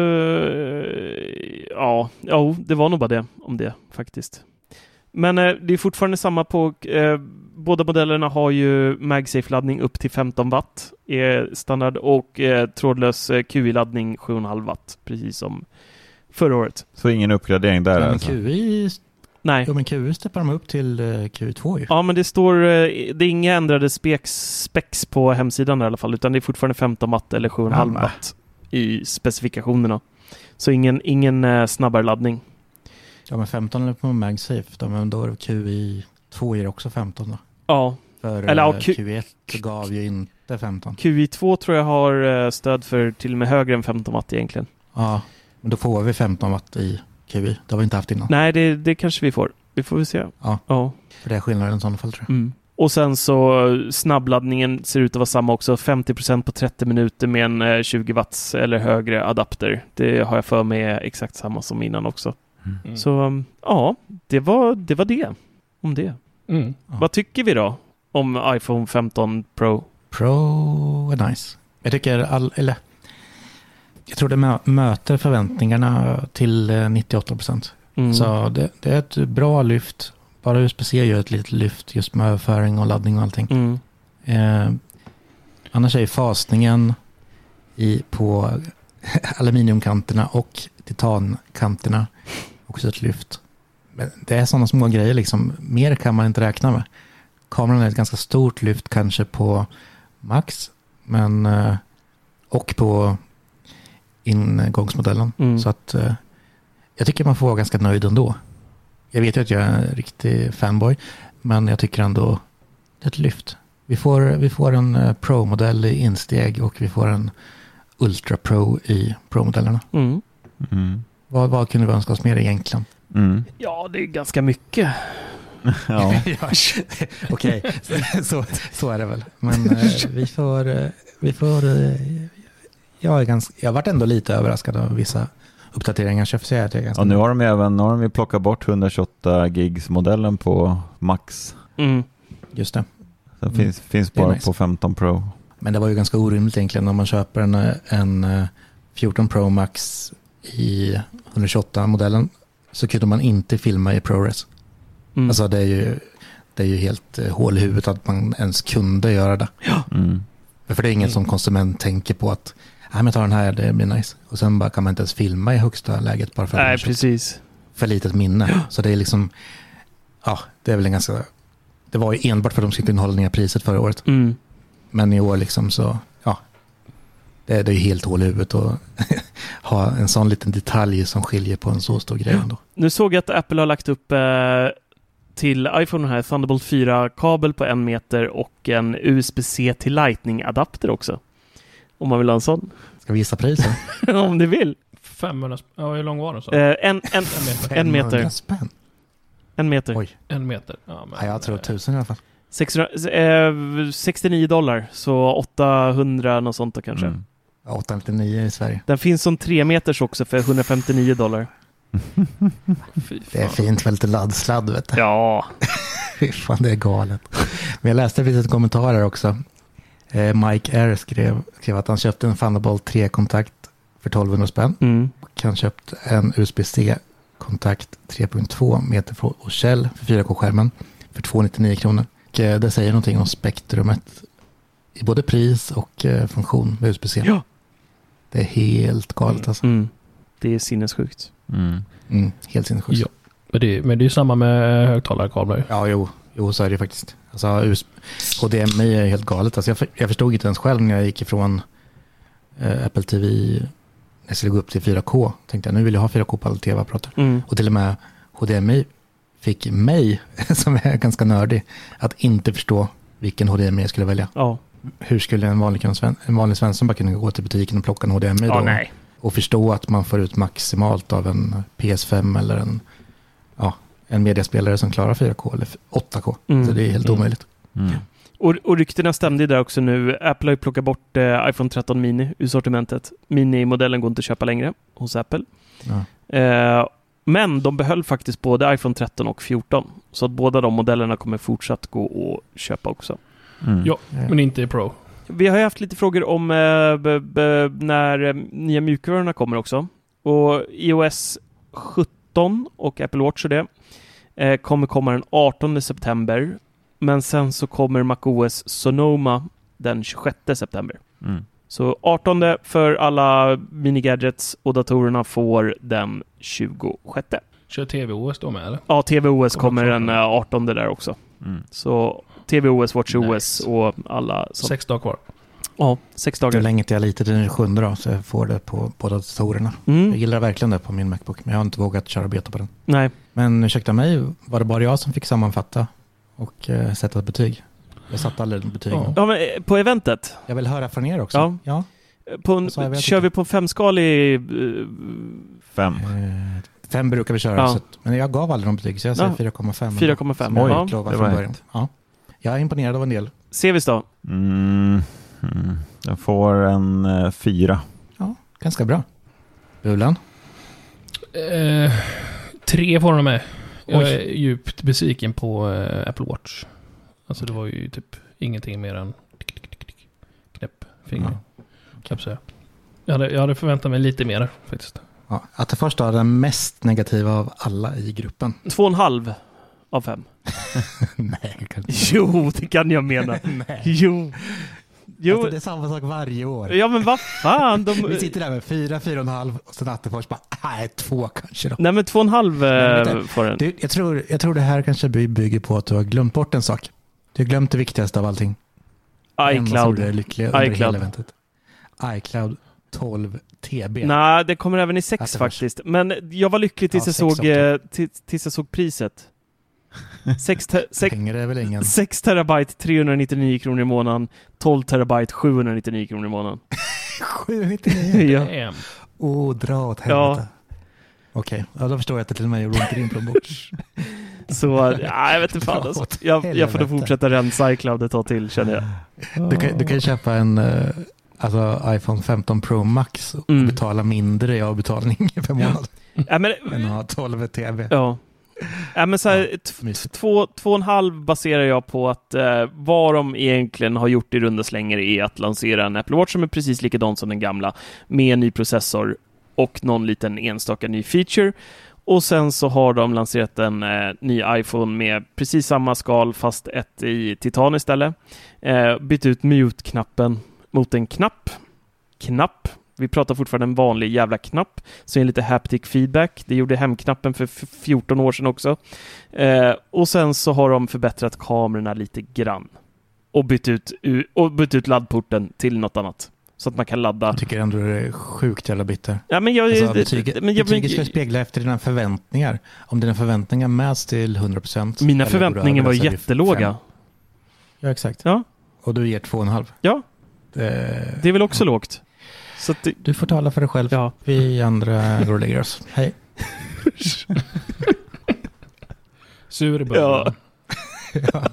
Ja, ja, det var nog bara det om det faktiskt. Men eh, det är fortfarande samma på... Eh, båda modellerna har ju MagSafe-laddning upp till femton watt är standard och eh, trådlös eh, Q I-laddning sju komma fem watt, precis som förra året. Så ingen uppgradering där? Ja, men alltså. Q I... Nej. Jo, men Q I steppar de upp till uh, Q I två ju. Ja, men det står... Uh, det är inga ändrade specs, specs på hemsidan i alla fall, utan det är fortfarande femton watt eller sju komma fem watt i specifikationerna. Så ingen, ingen uh, snabbare laddning. Ja, men femton är på MagSafe då, men då är Q I två är också femton då. Ja. För eller, uh, ja, Q- Q I ett gav ju inte femton. Q I två tror jag har uh, stöd för till och med högre än femton watt egentligen. Ja, men då får vi femton watt i Q I. Det har vi inte haft innan. Nej, det, det kanske vi får. Vi får väl se. Ja, ja. För det är skillnaden i sådana fall tror jag. Mm. Och sen så snabbladdningen ser ut att vara samma också. femtio procent på trettio minuter med en eh, tjugo watts eller högre adapter. Det har jag för mig exakt samma som innan också. Mm. Så um, ja, det var, det var det om det. Mm. Ja. Vad tycker vi då om iPhone femton Pro? Pro är nice. Jag tycker all, eller jag tror det mö- möter förväntningarna till nittioåtta procent. Mm. Så det, det är ett bra lyft. Bara U S B C gör ett litet lyft just med överföring och laddning och allting. Mm. Eh, annars är fasningen i, på aluminiumkanterna och titankanterna också ett lyft. Men det är sådana små grejer liksom. Mer kan man inte räkna med. Kameran är ett ganska stort lyft kanske på max, men eh, och på ingångsmodellen. Mm. Så att eh, jag tycker man får vara ganska nöjd ändå. Jag vet ju att jag är en riktig fanboy, men jag tycker ändå det är ett lyft. Vi får, vi får en uh, Pro-modell i insteg och vi får en Ultra Pro i Pro-modellerna. Mm. Mm. Vad, vad kunde vi önska oss mer egentligen? Mm. Ja, det är ganska mycket. Ja. Okej, så, så, så är det väl. Men uh, vi får... Uh, vi får uh, jag, är ganska, jag har varit ändå lite överraskad av vissa uppdateringar. Så jag får säga att jag är ganska... Och nu har de även nu har de plockat bort hundratjugoåtta gigs modellen på Max. Mm. Just det. Den Mm. finns, finns bara nice. på femton Pro. Men det var ju ganska orimligt egentligen om man köper en, en fjorton Pro Max i hundratjugoåtta-modellen så kunde man inte filma i ProRes. Mm. Alltså det är ju, det är ju helt hål i huvudet att man ens kunde göra det. Ja. Mm. För det är inget som konsument tänker på att nej, men tar den här, det blir nice. Och sen bara kan man inte ens filma i högsta läget bara för att Nej, precis. För litet minne. Ja. Så det är liksom, ja, det är väl en ganska, det var ju enbart för att de skulle kunna hålla ner priset förra året. Mm. Men i år liksom så, ja, det, det är ju helt hål i huvudet att ha en sån liten detalj som skiljer på en så stor grej ändå. Nu såg jag att Apple har lagt upp eh, till iPhone här Thunderbolt fyra-kabel på en meter och en U S B-C till Lightning-adapter också. Om man vill ha en sån. Ska vi gissa priset? Om ni vill. femhundra spänn. Ja, hur lång var den så? Eh, en, en, en meter. Spänn. En meter. Oj. En meter. Ja, men, Ja, jag tror tusen i alla fall. sexhundra, eh, sextionio dollar. Så åttahundra något sånt då kanske. Mm. åttahundranittionio i Sverige. Den finns som tre meters också för hundrafemtionio dollar. Fy fan. Det är fint för lite laddsladd, vet du. Ja. Fy fan, det är galet. Men jag läste lite kommentarer också. Eh, Mike R skrev, skrev att han köpte en Thunderbolt tre-kontakt för tolvhundra spänn. Mm. Och han köpte en U S B-C-kontakt tre punkt två meter och Shell för fyra K-skärmen för tvåhundranittionio kronor. Och eh, det säger någonting om spektrumet i både pris och eh, funktion med U S B-C. Ja. Det är helt galet alltså. Mm. Det är sinnessjukt. Mm. Mm, helt sinnessjukt. Ja. Men det, men det är ju samma med högtalarkablar. Ja, jo. Jo, så är det faktiskt. Alltså, H D M I är helt galet. Alltså, jag, för, jag förstod inte ens själv när jag gick ifrån eh, Apple T V. Jag skulle gå upp till fyra K. Tänkte jag, nu vill jag ha fyra K på alla tv-apparater. Mm. Och till och med H D M I fick mig, som är ganska nördig, att inte förstå vilken H D M I jag skulle välja. Ja. Hur skulle en vanlig, en vanlig svensson bara kunna gå till butiken och plocka en H D M I ja, då? Nej. Och förstå att man får ut maximalt av en P S fem eller en, ja, en mediaspelare som klarar fyra K eller åtta K. Mm. Så det är helt mm. omöjligt. Mm. Och, och ryktena stämde där också nu. Apple har ju plockat bort eh, iPhone tretton mini ur sortimentet. Mini-modellen går inte att köpa längre hos Apple. Ja. Eh, men de behöll faktiskt både iPhone tretton och fjorton. Så att båda de modellerna kommer fortsatt gå att köpa också. Mm. Ja, men inte i Pro. Vi har ju haft lite frågor om eh, b- b- när eh, nya mjukvarorna kommer också. Och iOS sjutton och Apple Watch och det eh, kommer komma den artonde september. Men sen så kommer macOS Sonoma den tjugosjätte september. Mm. Så artonde för alla mini-gadgets och datorerna får den tjugosjätte. Kör tvOS då med eller? Ja, tvOS kommer den artonde där också. Mm. Så tvOS, WatchOS nice. Och alla som... Sex dagar kvar. Ja, sex dagar. Hur länge till jag lite till den sjunde då, så jag får det på båda datorerna. Mm. Jag gillar verkligen det på min MacBook, men jag har inte vågat köra beta på den. Nej. Men ursäkta mig, var det bara jag som fick sammanfatta och uh, sätta ett betyg? Jag satte aldrig betyg. Ja. ja, men på eventet. Jag vill höra från er också. Ja. ja. På en, kör vi på en femskalig... Uh, fem. Uh, fem brukar vi köra, ja. Så att, men jag gav aldrig någon betyg, så jag säger ja. fyra komma fem. fyra komma fem, ja. ja. Det var ja. Jag är imponerad av en del. Sevis då? Mm. Mm. Jag får en uh, fyra. Ja, ganska bra. Bulan? Eh, tre får de med. Jag är djupt besviken på uh, Apple Watch. Alltså det var ju typ ingenting mer än knäppfinger. Ja. Okay. Jag, hade, jag hade förväntat mig lite mer faktiskt. Ja, att det första är den mest negativa av alla i gruppen. Två och en halv av fem. Nej, kan inte. Jo, det kan jag mena. Nej. Jo. Jo. Alltså, det är samma sak varje år. Ja, men vad fan. De... Vi sitter där med fyra, fyra och en halv och sen Attefors bara, nej, två kanske då. Nej, men två och en halv äh, får den. Du, jag, tror, jag tror det här kanske bygger på att du har glömt bort en sak. Du har glömt det viktigaste av allting. iCloud. Det är lyckliga under iCloud. hela eventet. iCloud tolv T B. Nej, det kommer även i sex faktiskt. Men jag var lycklig tills, ja, jag, såg, tills, tills jag såg priset. sex, te- sex, är väl ingen. sex terabyte trehundranittionio kronor i månaden. tolv terabyte sjuhundranittionio kronor i månaden. sjuhundranittionio? Ja. Åh, oh, dra åt helvete. Ja. Okej, okay. Ja, då förstår jag att det till och med gjorde inte din plånbok. Så, ja, jag vet inte fan. Alltså. Jag, jag får då fortsätta rensa iCloud ett tag till, känner jag. Du kan, du kan köpa en alltså, iPhone femton Pro Max och mm. betala mindre i avbetalning per månad. Ja, men, än att ha tolv T B. Ja. Ja, men så här, ja, t- två, två och en halv baserar jag på att eh, vad de egentligen har gjort i runda slänger är att lansera en Apple Watch som är precis likadan som den gamla, med en ny processor och någon liten enstaka ny feature. Och sen så har de lanserat en eh, ny iPhone med precis samma skal fast ett i titan istället. Eh, bytt ut mute-knappen mot en knapp. Knapp. Vi pratar fortfarande en vanlig jävla knapp så är lite haptic feedback. Det gjorde hemknappen för fjorton år sedan också. Eh, och sen så har de förbättrat kamerorna lite grann. Och bytt ut, och bytt ut laddporten till något annat. Så att man kan ladda. Jag tycker ändå det är sjukt jävla bitter. Ja, men jag, alltså, det, betyget, men jag, betyget ska spegla efter dina förväntningar. Om dina förväntningar mäts till hundra procent. Mina förväntningar var jättelåga. Ja, exakt. Ja. Och du ger två och en halv. Ja. Det, det är väl också ja. lågt. Så att det... Du får tala för dig själv. Ja. Vi andra går och lägger oss. Hej. Sur ja. ja.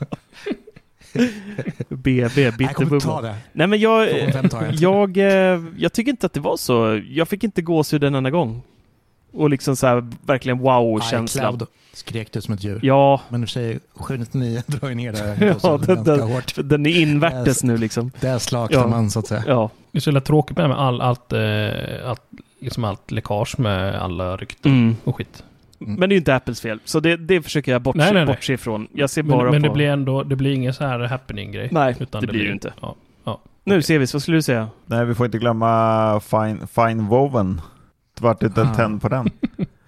B B, bitterbubbla. Nej, men jag, jag, jag, jag tycker inte att det var så. Jag fick inte gåshud en enda gång. Och liksom så här, verkligen wow-känsla. Skrek du som ett djur. Ja. Men du säger sjuhundranittionio drar ju ner det. Ja, den, den, den är invärtes nu liksom. Där slaktar ja. man så att säga. Ja. Det är så tråkigt med all, allt, allt, liksom allt läckage med alla rykten mm. och skit. Mm. Men det är ju inte Apples fel. Så det, det försöker jag bortse, nej, nej, nej. bortse ifrån. Jag ser bara men men på... det blir ändå det blir ingen så här happening-grej. Nej, utan det, det blir blir ju inte. Ja, ja, nu okay. ser vi, vad skulle du säga? Nej, vi får inte glömma Fine, fine Woven. Det vart inte en tänd på den.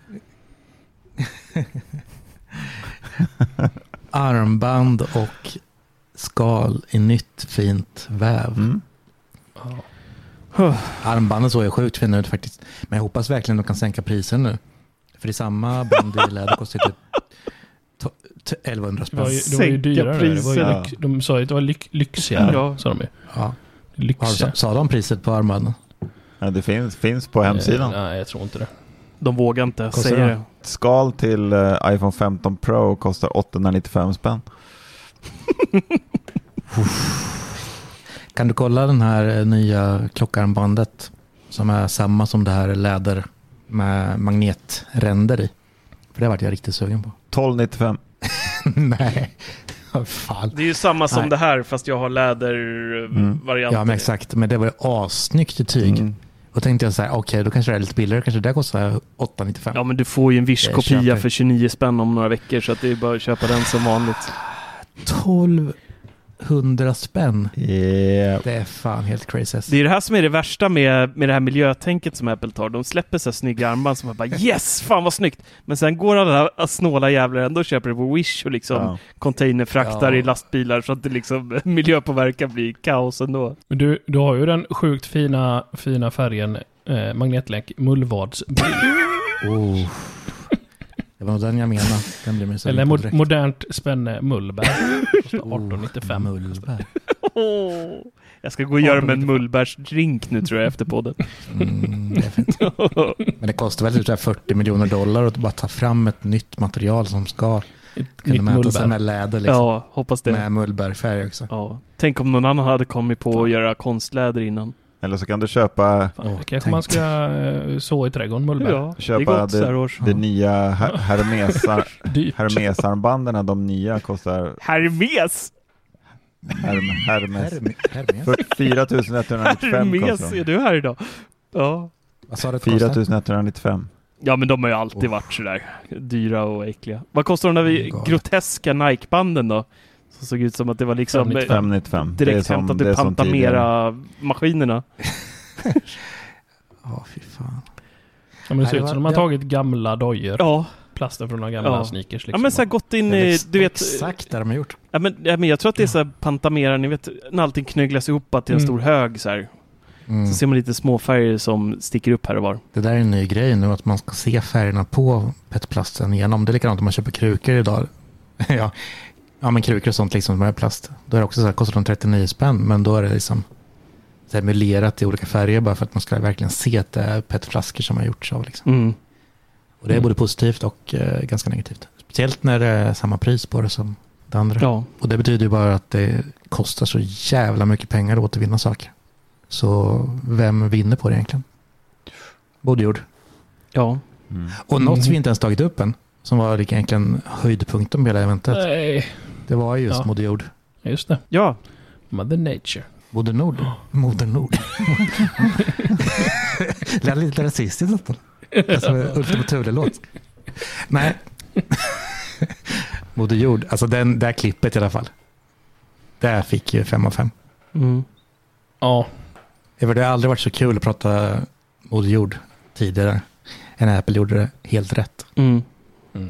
Armband och skal i nytt fint väv. Mm. Oh. Armbanden så är sjukt fina ut faktiskt. Men jag hoppas verkligen att de kan sänka prisen nu. För det är samma band i läder kostar typ elvahundra spänn. Det var ju, det var ju dyrare. Det var ju ja. lyx, de sa att det var lyx, lyxigare. Ja. Sa de ju. Ja. Lyxigare. Sa de priset på armbanden? Ja, det finns, finns på hemsidan. Nej, jag tror inte det. De vågar inte säga det. Skal till uh, iPhone femton Pro kostar åttahundranittiofem spänn. Kan du kolla den här nya klockarmbandet som är samma som det här läder med magnetränder i? För det har varit jag riktigt sugen på. tolv nittiofem. Nej. Oh, fan. Det är ju samma som Nej. det här fast jag har lädervarianter. Mm. Ja, men exakt. Men det var ju assnyggt i tyg. Mm. Och tänkte jag så här, okej, okay, då kanske det är lite billigare. Kanske det kostar åtta nittiofem. Ja, men du får ju en Wish-kopia för tjugonio spänn om några veckor. Så att det är bara att köpa den som vanligt. tolvhundra spänn. Yeah. Det är fan helt crazy. Det är det här som är det värsta med, med det här miljötänket som Apple tar. De släpper så här snygga armband som man bara, yes, fan vad snyggt. Men sen går alla snåla jävlar ändå och köper det på Wish och liksom ja. containerfraktar ja. i lastbilar så att det liksom miljöpåverkan blir kaos ändå. Men du, du har ju den sjukt fina, fina färgen eh, magnetlänk mullvads. oh. Det var den jag menade. Den blir mig Eller mod- modernt spänne mullbär. arton nittiofem. Oh, mullbär. Oh, jag ska gå och göra med en mullbärsdrink nu tror jag efter podden. Mm, det är fint. Men det kostar väl typ fyrtio miljoner dollar att bara ta fram ett nytt material som ska kunna mäta sig med läder. Liksom. Ja, hoppas det. Med mullbärfärg också. Ja. Tänk om någon annan hade kommit på att göra konstläder innan. Eller så kan du köpa... Fan, oh, kanske man ska uh, så i trädgården, mullbär. Ja, köpa det, det, det nya her- Hermesar, Hermesarmbanden. De nya kostar... Hermes? Herm, Hermes. Hermes. fyra tusen etthundranittiofem Hermes, är du här idag? Ja. Vad sa du? fyra tusen etthundranittiofem. Ja, men de har ju alltid oh. varit sådär dyra och äckliga. Vad kostar de där vi oh groteska Nike-banden då? Som såg ut som att det var liksom fem nittiofem. direkt hämtat ur Pantamera-maskinerna. Ja, oh, fy fan. Ja, men det ser ut som de har tagit gamla dojor. Ja. Plasten från några gamla ja. sneakers. Liksom. Ja, men så här gått in i... Du vet, exakt det de har gjort. Ja, men, ja, men jag tror att det är så här Pantamera, ni vet, när allting knöglas ihop till en mm. stor hög så här. Mm. Så ser man lite små färger som sticker upp här och var. Det där är en ny grej nu, att man ska se färgerna på petplasten igenom. Det är likadant om man köper krukor idag. ja. ja, men krukor och sånt liksom som är plast. Då är det också så här, kostar de trettionio spänn, men då är det liksom så här melerat i olika färger bara för att man ska verkligen se att det är petflaskor som har gjorts av liksom. Mm. Och det är både positivt och eh, ganska negativt. Speciellt när det är samma pris på det som det andra. Ja. Och det betyder ju bara att det kostar så jävla mycket pengar att återvinna saker. Så vem vinner på det egentligen? Både jord. Ja. Mm. Och något som vi inte ens tagit upp än, som var egentligen höjdpunkten med hela eventet. Nej. Det var just ja. Moder Jord. Just det. Ja. Mother Nature. Moder Nord. Moder Nord. Det är lite rasistiskt nästan. Alltså Ultima Thule-låt. Nej. Moder Jord. Alltså den där klippet i alla fall. Där fick ju fem av fem. Mm. Ja. Det har aldrig varit så kul att prata Moder Jord tidigare. En Apple gjorde det helt rätt. Mm. Mm.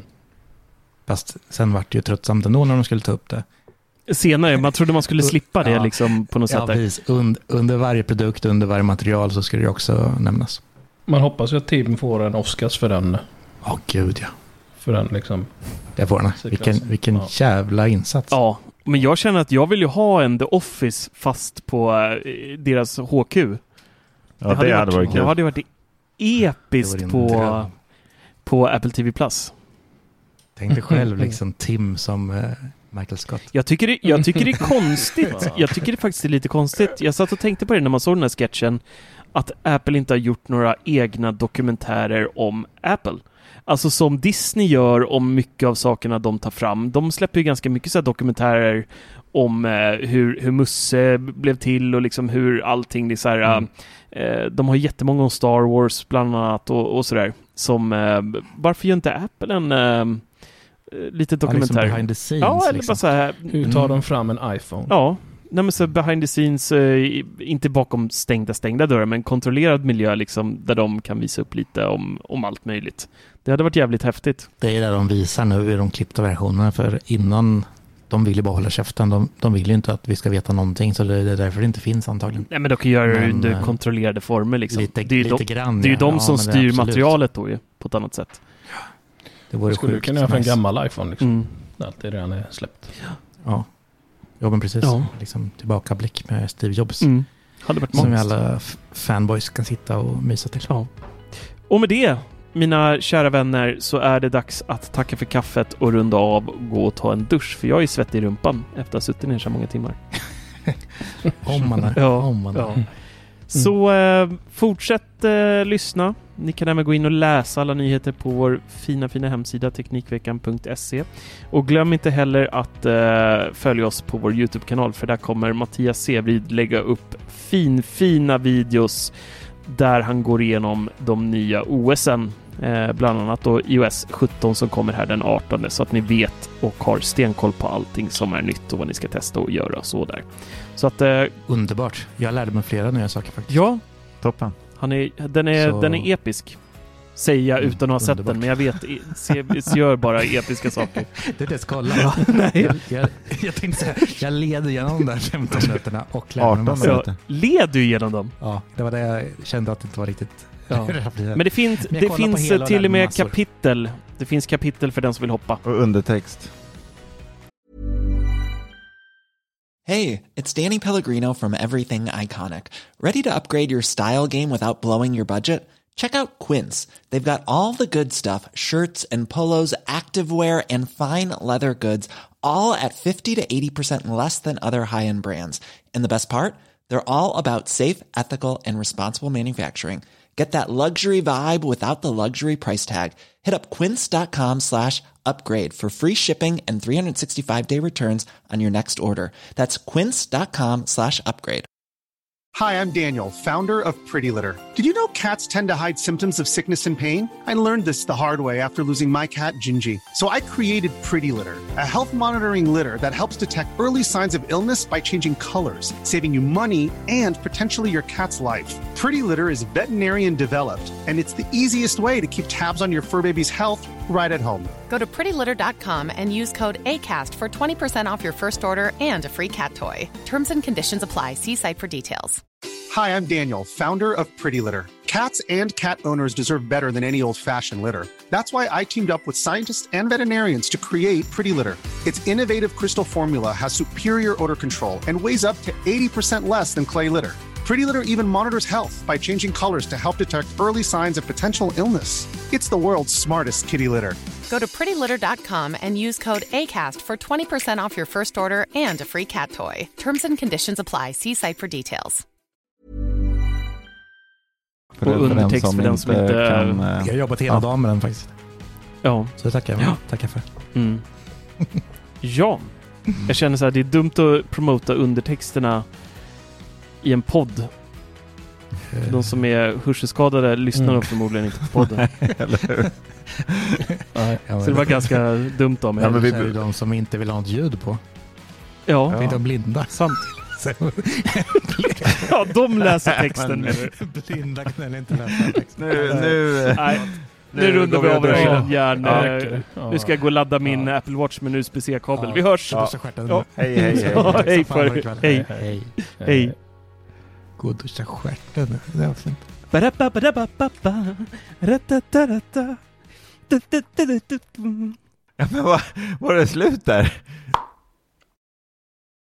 Fast sen var det ju tröttsamt ändå när de skulle ta upp det. Senare, man trodde man skulle slippa det ja. liksom på något ja, sätt. Där. Precis. Und, under varje produkt, under varje material så skulle det också nämnas. Man hoppas ju att Tim får en Oscars för den. Ja, oh, gud ja. För den liksom. Det får den. Vilken, vilken ja. jävla insats. Ja, men jag känner att jag vill ju ha en The Office fast på uh, deras H Q. Ja, det, det hade varit, varit kul. Det hade varit episkt det var på, på Apple T V Plus. Tänk dig själv liksom Tim som uh, Michael Scott. Jag tycker det, jag tycker det är konstigt. Jag tycker det faktiskt är lite konstigt. Jag satt och tänkte på det när man såg den här sketchen. Att Apple inte har gjort några egna dokumentärer om Apple. Alltså som Disney gör om mycket av sakerna de tar fram. De släpper ju ganska mycket så här dokumentärer om eh, hur, hur Musse blev till och liksom hur allting det är så här, mm. eh, de har jättemånga om Star Wars bland annat och, och sådär. Som, eh, varför gör inte Apple en eh, lite dokumentär? Ja, liksom behind the scenes. Ja, eller liksom. bara så här. Hur tar de fram en iPhone? Ja. Nej, men så behind the scenes, eh, inte bakom stängda stängda dörrar, men kontrollerad miljö liksom, där de kan visa upp lite om, om allt möjligt. Det hade varit jävligt häftigt. Det är det de visar nu i de klippta versionerna, för innan de vill ju bara hålla käften. De, de vill ju inte att vi ska veta någonting, så det är därför det inte finns antagligen. Nej, men de kan göra det under kontrollerade former liksom. Lite, det är ju lite de, grann. Det är ju ja. de som ja, styr materialet då ju, på ett annat sätt. Det vore skulle sjukt. Du kunna göra för en nice. gammal iPhone liksom. Mm. Allt det redan är släppt. Ja. Ja, men precis. Ja. Liksom tillbakablick med Steve Jobs. Mm. Hade varit som monster. alla f- fanboys kan sitta och mysa till. Ja. Och med det, mina kära vänner, så är det dags att tacka för kaffet och runda av och gå och ta en dusch. För jag är svettig i rumpan efter att ha suttit ner så många timmar. Om man är. Ja. Om man är. Ja. Så eh, fortsätt eh, lyssna. Ni kan även gå in och läsa alla nyheter på vår fina fina hemsida teknikveckan punkt se. Och glöm inte heller att eh, följa oss på vår YouTube-kanal, för där kommer Mattias Sevrid lägga upp fin fina videos där han går igenom de nya O S:en, eh, bland annat då i O S sjutton som kommer här den artonde, så att ni vet och har stenkoll på allting som är nytt och vad ni ska testa och göra så där. Så att eh, underbart. Jag lärde mig flera nya saker faktiskt. Ja, toppen. Han är, den, är, Så... den är episk, säger jag utan att ha Underbart. sett den, men jag vet, C B S gör bara episka saker. Det är det kolla. Ja, nej. Jag, jag, jag tänkte säga, jag leder igenom de där femton minuterna och lärde mig arton massa. minuter. Ja, led du igenom dem? Ja, det var det jag kände att det inte var riktigt. Ja. Men det, finns, Men jag det kollar på finns hela och till lärde och mig med massor. kapitel. Det finns kapitel för den som vill hoppa. Och undertext. Hey, it's Danny Pellegrino from Everything Iconic. Ready to upgrade your style game without blowing your budget? Check out Quince. They've got all the good stuff, shirts and polos, activewear, and fine leather goods, all at fifty to eighty percent less than other high-end brands. And the best part? They're all about safe, ethical, and responsible manufacturing. Get that luxury vibe without the luxury price tag. Hit up quince.com slash upgrade for free shipping and three sixty-five day returns on your next order. That's quince.com slash upgrade. Hi, I'm Daniel, founder of Pretty Litter. Did you know cats tend to hide symptoms of sickness and pain? I learned this the hard way after losing my cat, Gingy. So I created Pretty Litter, a health monitoring litter that helps detect early signs of illness by changing colors, saving you money and potentially your cat's life. Pretty Litter is veterinarian developed, and it's the easiest way to keep tabs on your fur baby's health right at home. Go to pretty litter dot com and use code ACAST for twenty percent off your first order and a free cat toy. Terms and conditions apply. See site for details. Hi, I'm Daniel, founder of Pretty Litter. Cats and cat owners deserve better than any old-fashioned litter. That's why I teamed up with scientists and veterinarians to create Pretty Litter. Its innovative crystal formula has superior odor control and weighs up to eighty percent less than clay litter. Pretty Litter even monitors health by changing colors to help detect early signs of potential illness. It's the world's smartest kitty litter. Go to pretty litter dot com and use code ACAST for twenty percent off your first order and a free cat toy. Terms and conditions apply. See site for details. Och undertext för den som inte... Kan, jag har jobbat hela ja. dagen med den faktiskt. Ja. Så det tackar jag ja. tackar för. Mm. Ja. Jag känner så här, det är dumt att promota undertexterna i en podd. För de som är hörselskadade lyssnar mm. förmodligen inte på podden. Eller hur? Så det var ganska dumt av mig. Ja, men vi är de som inte vill ha ett ljud på. Ja. Det är de blinda. Sant. Ja, de läser texten. Men, blinda kan inte läsa texten. Nu, nu, Nej. Nu, nu rundar vi av våra järn. Ja. Nu ska jag gå och ladda min ja. Apple Watch med en U S B C-kabel. Ja. Vi hörs. Ja. Ja. Hej, hej, hej. Ja, hej, för. Hej. Hej. Hej. Gå och duscha stjärten. Det är fint. Ja, men vad, var det slut där?